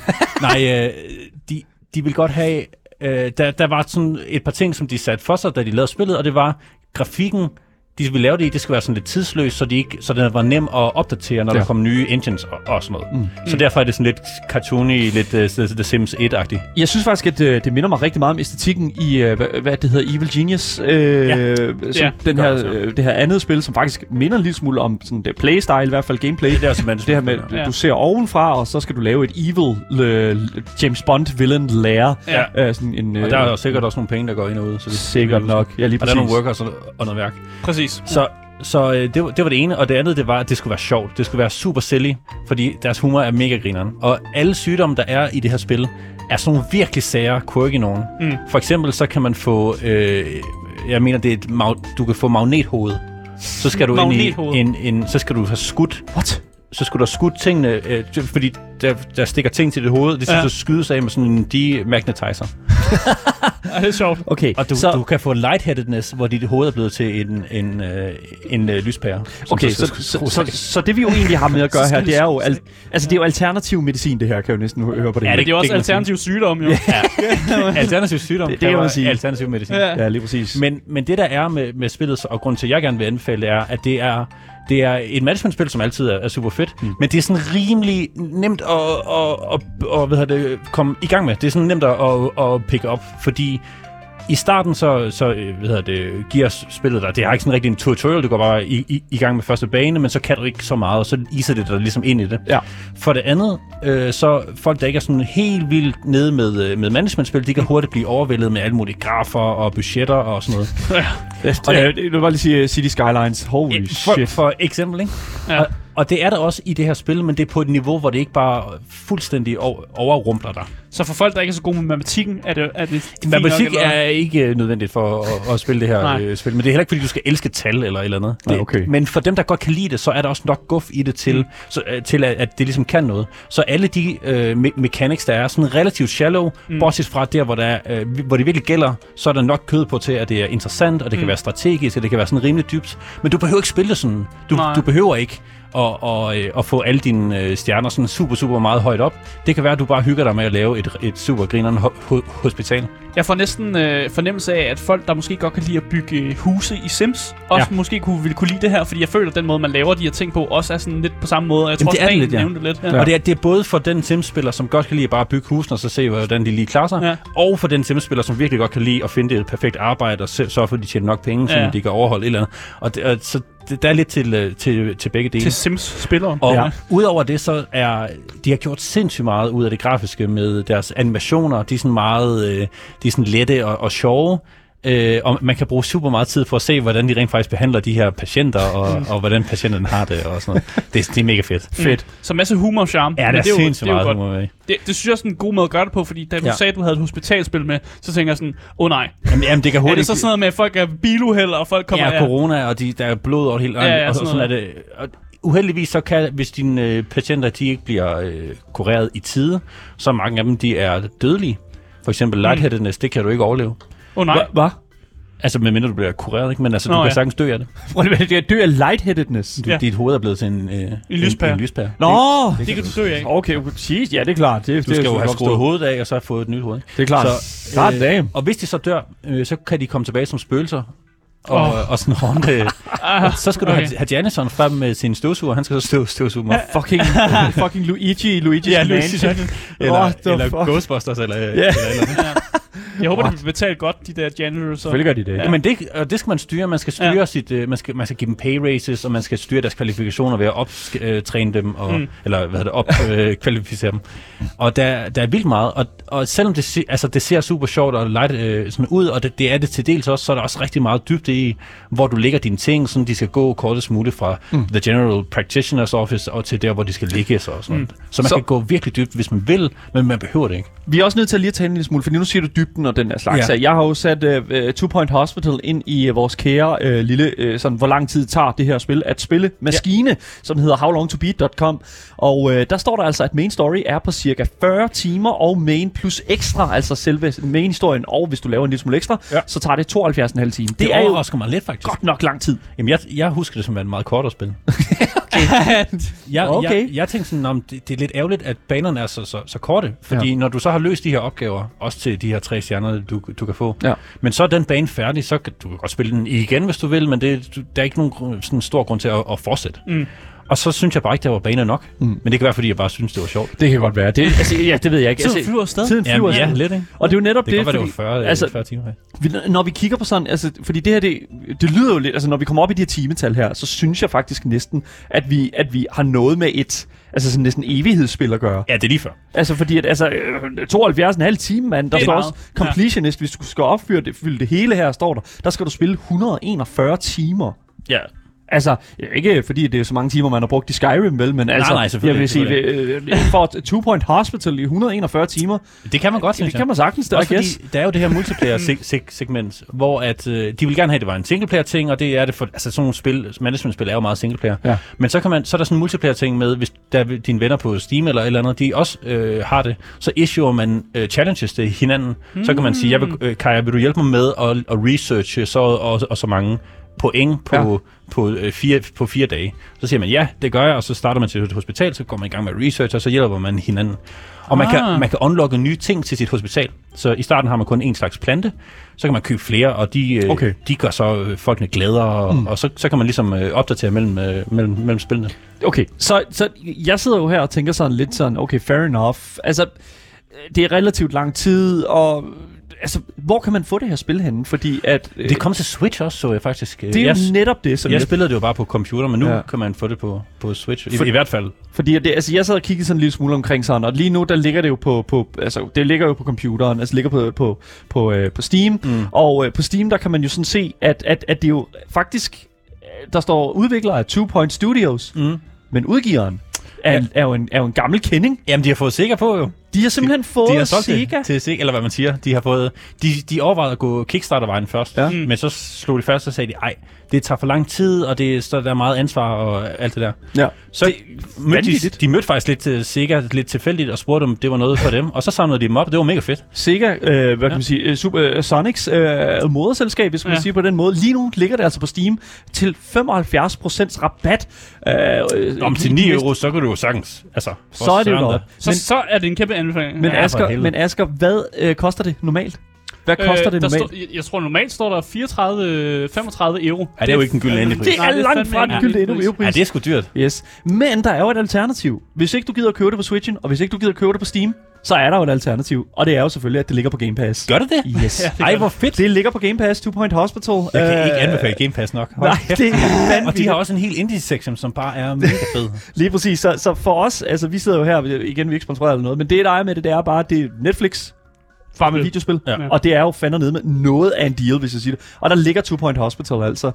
Speaker 3: Nej, øh, de, de vil godt have... Øh, der, der var sådan et par ting, som de satte for sig, da de lavede spillet, og det var grafikken, de ville lave det i, det skulle være sådan lidt tidsløst, så, de ikke, så det var nem at opdatere, når ja.
Speaker 1: Ja.
Speaker 3: der kom nye engines og, og sådan noget.
Speaker 1: Mm.
Speaker 3: Så derfor er det sådan lidt cartoony, lidt uh, The Sims et-agtigt.
Speaker 1: Jeg synes faktisk, at øh, det minder mig rigtig meget om æstetikken i, øh, hvad, hvad det hedder, Evil Genius. Øh,
Speaker 3: Ja.
Speaker 1: som
Speaker 2: Ja,
Speaker 1: den
Speaker 3: gør
Speaker 1: her,
Speaker 3: det, ja.
Speaker 1: øh, det her andet spil, som faktisk minder en lille smule om sådan det playstyle, i hvert fald gameplay.
Speaker 3: Det er simpelthen
Speaker 1: Det her med,
Speaker 2: Ja.
Speaker 1: ja. du ser ovenfra, og så skal du lave et evil øh, James Bond villain lair.
Speaker 2: Ja.
Speaker 1: Øh, sådan en, øh,
Speaker 3: Og der er jo sikkert også nogle penge, der går ind og ud. Så det,
Speaker 1: sikkert nok. Ja, lige
Speaker 3: Og der
Speaker 1: præcis.
Speaker 3: er nogle workers og, og noget værk.
Speaker 2: Præcis.
Speaker 3: Så, så øh, det, var, det var det ene, og det andet, det var, at det skulle være sjovt. Det skulle være super silly, fordi deres humor er mega grineren. Og alle sygdomme, der er i det her spil, er sådan nogle virkelig sære, quirky nogen.
Speaker 2: Mm.
Speaker 3: For eksempel, så kan man få, øh, jeg mener, det er et mag- du kan få magnethoved. Så skal du ind i
Speaker 2: Magnethoved.
Speaker 3: en, en, så skal du have skudt.
Speaker 1: What?
Speaker 3: Så skulle du have skudt tingene, øh, fordi der, der stikker ting til dit hoved, det skal
Speaker 2: Ja.
Speaker 3: så skydes af med sådan en demagnetizer.
Speaker 2: Ja, det er sjovt.
Speaker 1: Okay,
Speaker 3: Og du,
Speaker 1: så,
Speaker 3: du kan få lightheadedness, hvor dit hoved er blevet til en, en, øh, en øh, lyspære. som
Speaker 1: okay,
Speaker 3: så
Speaker 1: så,
Speaker 3: skal
Speaker 1: så,
Speaker 3: skrues
Speaker 1: så,
Speaker 3: af.
Speaker 1: så, så det vi jo egentlig har med at gøre her, det er jo, al, altså, det er jo alternativ medicin, det her, kan jeg jo næsten høre på det.
Speaker 2: Ja,
Speaker 1: hele.
Speaker 2: det, det er også
Speaker 3: kan man sige.
Speaker 2: alternativ sygdom, jo.
Speaker 3: Alternativ sygdom
Speaker 1: Det- det kan man sige.
Speaker 3: alternativ medicin.
Speaker 2: Ja.
Speaker 1: Ja, lige præcis.
Speaker 3: Men, men det der er med, med spillet, og grund til, at jeg gerne vil anbefale, er, at det er, det er et managementspil, som altid er, er super fedt, mm. men det er sådan rimelig nemt at, at, at, at hvad hedder det, komme i gang med. Det er sådan nemt at, at, at pick up, fordi i starten så, så hvad hedder det, giver spillet dig, det har ikke sådan rigtig en tutorial, du går bare i, i, i gang med første bane, men så kan du ikke så meget, og så iser det dig ligesom ind i det.
Speaker 1: Ja.
Speaker 3: For det andet, øh, så folk, der ikke er sådan helt vildt nede med, med managementspil, de kan hurtigt blive overvældet med alle mulige grafer og budgetter og sådan noget.
Speaker 1: Ja,
Speaker 3: Og
Speaker 1: det, det, det vil bare lige sige City Skylines. Holy
Speaker 3: For,
Speaker 1: shit.
Speaker 3: for eksempel, ikke?
Speaker 2: Ja.
Speaker 3: Og, og det er der også i det her spil, men det er på et niveau, hvor det ikke bare fuldstændig over, overrumpler dig.
Speaker 2: Så for folk, der ikke er så gode med matematikken, er det, er det fint
Speaker 3: Matematik
Speaker 2: nok, eller?
Speaker 3: er ikke nødvendigt for at, at spille det her
Speaker 2: Nej.
Speaker 3: øh, spil, men det er heller ikke, fordi du skal elske tal eller et eller andet.
Speaker 1: Nej,
Speaker 3: Det-
Speaker 1: okay.
Speaker 3: Men for dem, der godt kan lide det, så er der også nok guf i det til, mm. så, øh, til at, at det ligesom kan noget. Så alle de øh, me- mechanics, der er sådan relativt shallow, mm. bortset fra der, hvor, der er, øh, hvor det virkelig gælder, så er der nok kød på til, at det er interessant, og det mm. kan være strategisk, og det kan være sådan rimelig dybt. Men du behøver ikke spille det sådan. Du, du behøver ikke og, og, øh, og få alle dine øh, stjerner sådan super, super meget højt op. Det kan være, at du bare hygger dig med at lave et, et super grinerende ho- ho- hospital.
Speaker 2: Jeg får næsten øh, fornemmelse af, at folk, der måske godt kan lide at bygge øh, huse i Sims, også ja. måske kunne, ville kunne lide det her, fordi jeg føler, at den måde, man laver de her ting på, også er sådan lidt på samme måde. Jeg
Speaker 3: Jamen,
Speaker 2: tror,
Speaker 3: det er det
Speaker 2: Dan
Speaker 3: lidt, ja.
Speaker 2: nævnte det lidt.
Speaker 3: Ja. Og det er, det er både for den Sims-spiller, som godt kan lide at bare bygge husene og så se, hvordan de lige klarer sig,
Speaker 2: Ja.
Speaker 3: og for den Sims-spiller, som virkelig godt kan lide at finde et perfekt arbejde og se- sørge for, at de tjener nok penge, så
Speaker 2: Ja.
Speaker 3: de kan overholde et eller andet. Og, det, og så det, der er lidt til, øh, til, til begge dele.
Speaker 2: Til Sims-spillere.
Speaker 3: Og
Speaker 2: Ja.
Speaker 3: ja. udover det, så er de har gjort sindssygt meget ud af det grafiske med deres animationer. De er sådan meget øh, de er sådan lette og, og sjove. Øh, og man kan bruge super meget tid på at se, hvordan de rent faktisk behandler de her patienter, og, og hvordan patienterne har det og sådan noget. Det, det er mega fedt.
Speaker 2: Fedt. Så masse humor og charme.
Speaker 3: Ja,
Speaker 2: Men
Speaker 3: der er
Speaker 2: det er jo,
Speaker 3: sindssygt
Speaker 2: det er jo
Speaker 3: meget
Speaker 2: godt.
Speaker 3: humor med.
Speaker 2: Det, det synes jeg også er en god måde at gøre det på, fordi da du
Speaker 3: Ja.
Speaker 2: sagde, at du havde et hospitalspil med, så tænker jeg sådan, åh oh, nej.
Speaker 3: Jamen, jamen, det kan
Speaker 2: Er
Speaker 3: hurtigt...
Speaker 2: det så sådan noget med, at folk er biluheld, og folk kommer...
Speaker 3: Ja, corona, og de, der er blod over det hele.
Speaker 2: Ja, ja,
Speaker 3: og, og
Speaker 2: sådan
Speaker 3: sådan er det. Og uheldigvis så kan, hvis dine øh, patienter de ikke bliver øh, kureret i tide, så mange af dem de er dødelige. For eksempel lightheadedness, det kan du ikke overleve.
Speaker 2: Åh oh, nej.
Speaker 1: Hvad?
Speaker 3: Altså, medmindre du bliver kureret, ikke? Men altså,
Speaker 2: Nå,
Speaker 3: du kan
Speaker 2: ja.
Speaker 3: sagtens dø af det.
Speaker 1: Det dør af lightheadedness.
Speaker 3: Du,
Speaker 2: Ja.
Speaker 3: Dit hoved er blevet til en, øh, en,
Speaker 2: lyspære.
Speaker 3: en lyspære.
Speaker 1: Nå!
Speaker 3: Det, det,
Speaker 2: Det kan du dø af.
Speaker 1: Okay, okay. Jeez, ja, det er klart. Det,
Speaker 3: du
Speaker 1: det,
Speaker 3: skal
Speaker 1: er
Speaker 3: jo have
Speaker 1: godt
Speaker 3: skruet
Speaker 1: forstået.
Speaker 3: hovedet af, og så få et nyt hoved.
Speaker 1: Det er klart.
Speaker 3: Så,
Speaker 1: God damn.
Speaker 3: og hvis de så dør, øh, så kan de komme tilbage som spøgelser. Og, oh. og sådan håndte.
Speaker 2: Ah,
Speaker 3: Så skal du
Speaker 2: okay.
Speaker 3: have, have Janison frem med sin støvsuger. Han skal så støv, støvsuge mig.
Speaker 1: Fucking, fucking Luigi, Luigi's
Speaker 2: Ja,
Speaker 1: Mansion.
Speaker 2: Luigi.
Speaker 3: Eller,
Speaker 1: What the
Speaker 3: eller
Speaker 1: fuck?
Speaker 3: Ghostbusters, eller,
Speaker 1: Ja.
Speaker 3: yeah. eller, eller
Speaker 2: Jeg håber, det bliver betalt godt, de der janitors. Så.
Speaker 1: Selvfølgelig gør de det.
Speaker 3: Ja. Men det, og det skal man styre. Man skal styre
Speaker 2: Ja.
Speaker 3: ja. sit, øh, man, skal, man skal give dem pay raises, og man skal styre deres kvalifikationer ved at optræne dem, og,
Speaker 2: Mm.
Speaker 3: mm. eller hvad hedder det, opkvalificere dem. Og der, der er vildt meget, og, og selvom det, se, altså, det ser super sjovt og light øh, sådan ud, og det, det er det til dels også, så er der også rigtig meget dybde i, hvor du lægger dine ting, sådan de skal gå kortest muligt fra mm. The General Practitioner's Office og til der, hvor de skal ligge. Så, og sådan. Mm. så man
Speaker 1: Så-
Speaker 3: så. kan gå virkelig dybt, hvis man vil, men man behøver det ikke.
Speaker 1: Vi er også nødt til at lige at tale en lille smule, fordi nu siger du dybden og den der slags.
Speaker 3: Ja.
Speaker 1: Ja. Jeg har jo sat uh, Two Point Hospital ind i uh, vores kære uh, lille, uh, sådan hvor lang tid tager det her spil at spille maskine, ja. som hedder how long to beat punktum com. Og uh, der står der altså, at main story er på cirka fyrre timer, og main plus ekstra, altså selve main-historien, og hvis du laver en lille smule ekstra, ja. så tager det tooghalvfjerds komma fem timer.
Speaker 3: Det,
Speaker 1: Det
Speaker 3: det
Speaker 1: er jo
Speaker 3: overrasker mig lidt, faktisk.
Speaker 1: godt nok lang tid.
Speaker 3: Jamen, jeg, jeg husker det som et meget kortere spil. Jeg,
Speaker 1: Okay.
Speaker 3: jeg, jeg tænkte sådan, om det, det er lidt ærgerligt, at banerne er så, så, så korte. Fordi ja. når du så har løst de her opgaver, også til de her tre stjerner, du, du kan få,
Speaker 1: Ja.
Speaker 3: men så er den bane færdig, så kan du kan godt spille den igen, hvis du vil, men det, du, der er ikke nogen grund- sådan stor grund til at, at fortsætte.
Speaker 2: Mm.
Speaker 3: Og så synes jeg bare ikke, der var baner nok. Mm. Men det kan være, fordi jeg bare synes, det var sjovt.
Speaker 1: Det kan godt være. Det, altså, ja, det ved jeg ikke.
Speaker 2: Tiden
Speaker 1: Altså,
Speaker 2: flyver afsted.
Speaker 1: Tiden flyver
Speaker 3: Jamen, ja,
Speaker 1: afsted.
Speaker 3: lidt, ikke?
Speaker 1: Og det er jo netop
Speaker 3: Det
Speaker 1: det,
Speaker 3: kan godt være, det
Speaker 1: fordi,
Speaker 3: var fyrre,
Speaker 1: altså,
Speaker 3: altså, fyrre timer. Ja.
Speaker 1: Vi, når vi kigger på sådan, altså, fordi det her, det, det lyder jo lidt, altså når vi kommer op i de her timetal her, så synes jeg faktisk næsten, at vi, at vi har noget med et, altså sådan næsten evighedsspil at gøre.
Speaker 3: ja, det er lige før.
Speaker 1: Altså fordi, at altså, øh, tooghalvfjerds komma fem time, mand, der
Speaker 2: Det er
Speaker 1: står
Speaker 2: meget.
Speaker 1: også completionist, hvis du skal opfylde det, fylde det hele her, står der, der skal du spille et hundrede og enogfyrre timer.
Speaker 3: Ja.
Speaker 1: Altså, ikke fordi det er så mange timer, man har brugt i Skyrim, vel, men altså,
Speaker 3: nej,
Speaker 1: jeg vil sige, øh, for et Two Point Hospital i et hundrede og enogfyrre timer,
Speaker 3: Det kan man godt, synes
Speaker 1: det
Speaker 3: jeg.
Speaker 1: kan man sagtens, der
Speaker 3: Også
Speaker 1: er
Speaker 3: fordi
Speaker 1: gæs.
Speaker 3: der er jo det her multiplayer-segment, hvor at, øh, de vil gerne have, at det var en singleplayer-ting, og det er det for, altså sådan nogle spil, management-spil er jo meget singleplayer.
Speaker 1: Ja.
Speaker 3: Men så, kan man, så er der sådan en multiplayer-ting med, hvis der er dine venner på Steam eller et eller andet, de også øh, har det, så issuer man øh, challenges til hinanden. Mm. Så kan man sige, jeg vil, øh, Kaja, vil du hjælpe mig med at, at researche så og, og så mange point på, ja. på, øh, fire, på fire dage. Så siger man, ja, det gør jeg, og så starter man til et hospital, så går man i gang med research, og så hjælper man hinanden. Og man, ah. kan, man kan unlocke nye ting til sit hospital. Så i starten har man kun en slags plante, så kan man købe flere, og de, øh, okay. de gør så øh, folkene glæder, og, mm. og så, så kan man ligesom øh, opdatere mellem, øh, mellem, mellem spillene.
Speaker 1: Okay, så, så jeg sidder jo her og tænker sådan lidt sådan, okay, fair enough. Altså, det er relativt lang tid, og altså, hvor kan man få det her spil henne? Fordi at
Speaker 3: det kom til Switch også, så jeg faktisk.
Speaker 1: Det er
Speaker 3: jeg,
Speaker 1: jo netop det, som
Speaker 3: jeg,
Speaker 1: jeg
Speaker 3: spillede det jo bare på computer, men nu
Speaker 1: ja.
Speaker 3: kan man få det på, på Switch. I,
Speaker 1: For,
Speaker 3: I hvert fald.
Speaker 1: Fordi det, altså, jeg sad og kiggede sådan en lille smule omkring sådan, og lige nu der ligger det jo på, på altså det ligger jo på computeren, altså ligger på på på, øh, på Steam, mm. og øh, på Steam der kan man jo sådan se, at at at det jo faktisk der står udviklere af Two Point Studios, mm. men udgiveren er, ja. er, jo en, er jo en gammel kending.
Speaker 3: Jamen, de har fået Sega på jo.
Speaker 1: De har simpelthen
Speaker 3: de,
Speaker 1: fået
Speaker 3: de har solgt
Speaker 1: Sega
Speaker 3: til Sega, eller hvad man siger. De har fået, de, de overvejede at gå Kickstarter-vejen først, ja. men så slog de først og sagde de, ej, det tager for lang tid, og det, så der er meget ansvar og alt det der.
Speaker 1: Ja.
Speaker 3: Så
Speaker 1: det,
Speaker 3: mødte de, de mødte faktisk lidt til Sega, lidt tilfældigt, og spurgte om det var noget for dem, og så samlede de dem op, og det var mega fedt.
Speaker 1: Sega, øh, hvad kan ja. man sige, Super, uh, Sonics øh, moderselskab, hvis man ja. sige på den måde. Lige nu ligger det altså på Steam til femoghalvfjerds procent rabat. Øh,
Speaker 3: om til ni euro, så kan du jo sagtens. Altså,
Speaker 1: så er det jo noget.
Speaker 2: Så, så er det en kæmpe anbefaling.
Speaker 1: Men, ja, Asger, men Asger, hvad øh, koster det normalt? Hvad koster øh, det normalt?
Speaker 2: Stå, jeg, jeg tror normalt står der fireogtredive femogtredive euro.
Speaker 3: Ja, det er jo ikke en gyldne endepris.
Speaker 1: Det er langt fra den gyldne endepris.
Speaker 3: Ja, det er sgu dyrt.
Speaker 1: Yes. Men der er jo et alternativ. Hvis ikke du gider at købe det på Switchen, og hvis ikke du gider at købe det på Steam, så er der jo et alternativ. Og det er jo selvfølgelig, at det ligger på Game Pass.
Speaker 3: Gør det det?
Speaker 1: Yes.
Speaker 3: Ja, Ej, hvor fedt.
Speaker 1: Det ligger på Game Pass, Two Point Hospital.
Speaker 3: Jeg kan ikke anbefale Game Pass nok.
Speaker 1: Nej, det er vanvittigt.
Speaker 3: Og de har også en helt indie-section, som bare er mega fed.
Speaker 1: Lige præcis. Så, så for os, altså vi sidder jo her, igen, vi er ikke sponsoreret eller noget, men det der er med det, det er bare, det er Netflix, bare med videospil. Ja. Og det er jo fandme nede med noget af en deal, hvis jeg siger det. Og der ligger Two Point Hospital altså,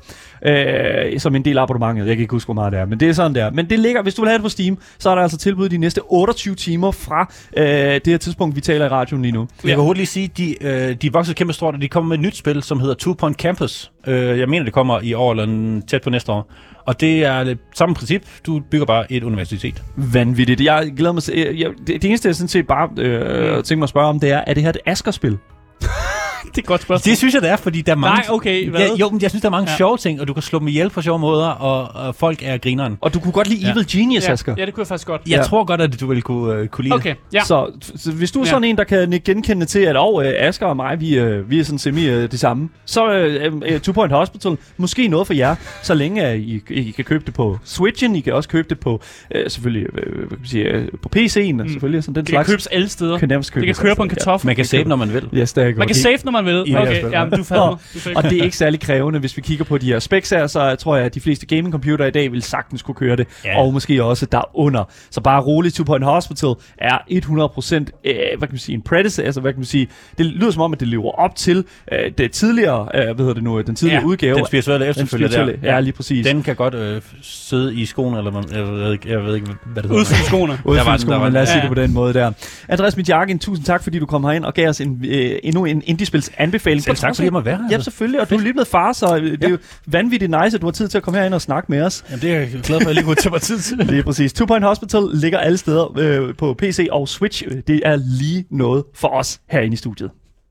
Speaker 1: øh, som en del af abonnementet. Jeg kan ikke huske, hvor meget det er, men det er sådan der. Men det ligger, hvis du vil have det på Steam, så er der altså tilbud de næste otteogtyve timer fra øh, det her tidspunkt, vi taler i radioen lige nu.
Speaker 3: Jeg kan hurtigt lige sige, de, øh, de er vokset kæmpe stort, og de kommer med et nyt spil, som hedder Two Point Campus. Øh, jeg mener, det kommer i år, eller tæt på næste år. Og det er det samme princip. Du bygger bare et universitet.
Speaker 1: Vanvittigt. Jeg glæder mig til... Jeg, jeg, det, det eneste, jeg sådan set bare øh, tænker mig at spørge om, det er, er det her et Asger-spil?
Speaker 2: Det er et godt spørgsmål.
Speaker 3: Det synes jeg, det er, fordi der er mange...
Speaker 2: Nej, okay, hvad?
Speaker 3: Ja, jo, men jeg synes, der er mange
Speaker 2: ja.
Speaker 3: sjove ting, og du kan slå dem ihjel på sjove måder, og, og folk er grineren.
Speaker 1: Og du kunne godt lide
Speaker 3: ja.
Speaker 1: Evil Genius,
Speaker 2: ja.
Speaker 1: Asger.
Speaker 2: Ja, det kunne jeg faktisk godt.
Speaker 3: Jeg
Speaker 1: ja.
Speaker 3: tror godt, at du ville kunne, uh, kunne lide
Speaker 2: okay. ja.
Speaker 1: Så, så hvis du er sådan ja. en, der kan genkende til, at oh, Asger og mig, vi, uh, vi er sådan semi uh, det samme, så uh, uh, Two Point Hospital, måske noget for jer, så længe uh, I, I kan købe det på Switchen, I kan også købe det på, uh, selvfølgelig, uh, hvad kan man sige, uh, på P C'en, mm. selvfølgelig, sådan den
Speaker 2: det
Speaker 1: slags.
Speaker 2: Det kan købes alle steder.
Speaker 1: Kan
Speaker 2: det kan køre på en kartoffel.
Speaker 3: Ja. Man kan save, når man vil.
Speaker 1: Yes, det er
Speaker 2: man kan save, når man vil. Okay, ja, du falder.
Speaker 1: Og det er ikke særlig krævende, hvis vi kigger på de her specs her, så tror jeg, at de fleste gaming-computere i dag vil sagtens kunne køre det, ja. Og måske også derunder. Så bare roligt, Two Point Hospital er hundrede procent, øh, hvad kan man sige, en predecessor, altså hvad kan man sige, det lyder som om, at det lever op til øh, det tidligere, øh, hvad hedder det nu, den tidligere
Speaker 3: ja,
Speaker 1: udgave.
Speaker 3: Den spirituelle efterfølger der.
Speaker 1: Ja, lige præcis.
Speaker 3: Den kan godt øh, sidde i skoene, eller man, jeg, ved ikke, jeg ved ikke, hvad det hedder.
Speaker 2: Udfylde skoene.
Speaker 1: Udfylde skoene, men lad os sige det på den måde der. Andreas Midjakin, tusind tak, fordi du kom herind og gav os en, øh, endnu en indie-spils anbefaling.
Speaker 3: Selv tak, fordi jeg må være her.
Speaker 1: Ja, selvfølgelig, og du er lige blevet far, så det er jo vanvittigt nice, at du har tid til at komme herind og snakke med os.
Speaker 3: Jamen, det er jeg glad for, at jeg lige kunne tage mig tid til.
Speaker 1: Det er præcis. Two Point Hospital ligger alle steder øh, på P C og Switch. Det er lige noget for os herinde i studiet.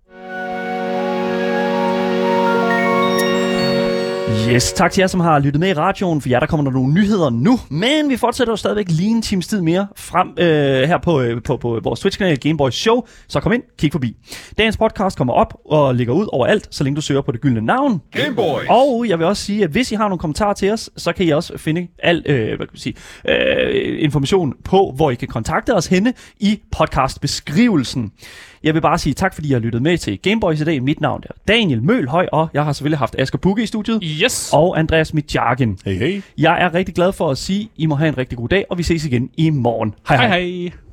Speaker 1: Yes, tak til jer, som har lyttet med i radioen. For jer, der kommer der nogle nyheder nu. Men vi fortsætter jo stadigvæk lige en times tid mere frem øh, her på, øh, på, på vores Twitch-kanal Gameboys Show. Så kom ind, kig forbi. Dagens podcast kommer op og ligger ud overalt, så længe du søger på det gyldne navn.
Speaker 5: Gameboys!
Speaker 1: Og jeg vil også sige, at hvis I har nogle kommentarer til os, så kan I også finde al øh, hvad kan man sige, øh, information på, hvor I kan kontakte os henne i podcastbeskrivelsen. Jeg vil bare sige tak, fordi I har lyttet med til Gameboys i dag. Mit navn er Daniel Mølhøj, og jeg har selvfølgelig haft Asger Bugge i studiet.
Speaker 2: Yes.
Speaker 1: Og Andreas Midjakin.
Speaker 3: Hey, hey.
Speaker 1: Jeg er rigtig glad for at sige, at I må have en rigtig god dag, og vi ses igen i morgen. Hej hej.
Speaker 2: hej, hej.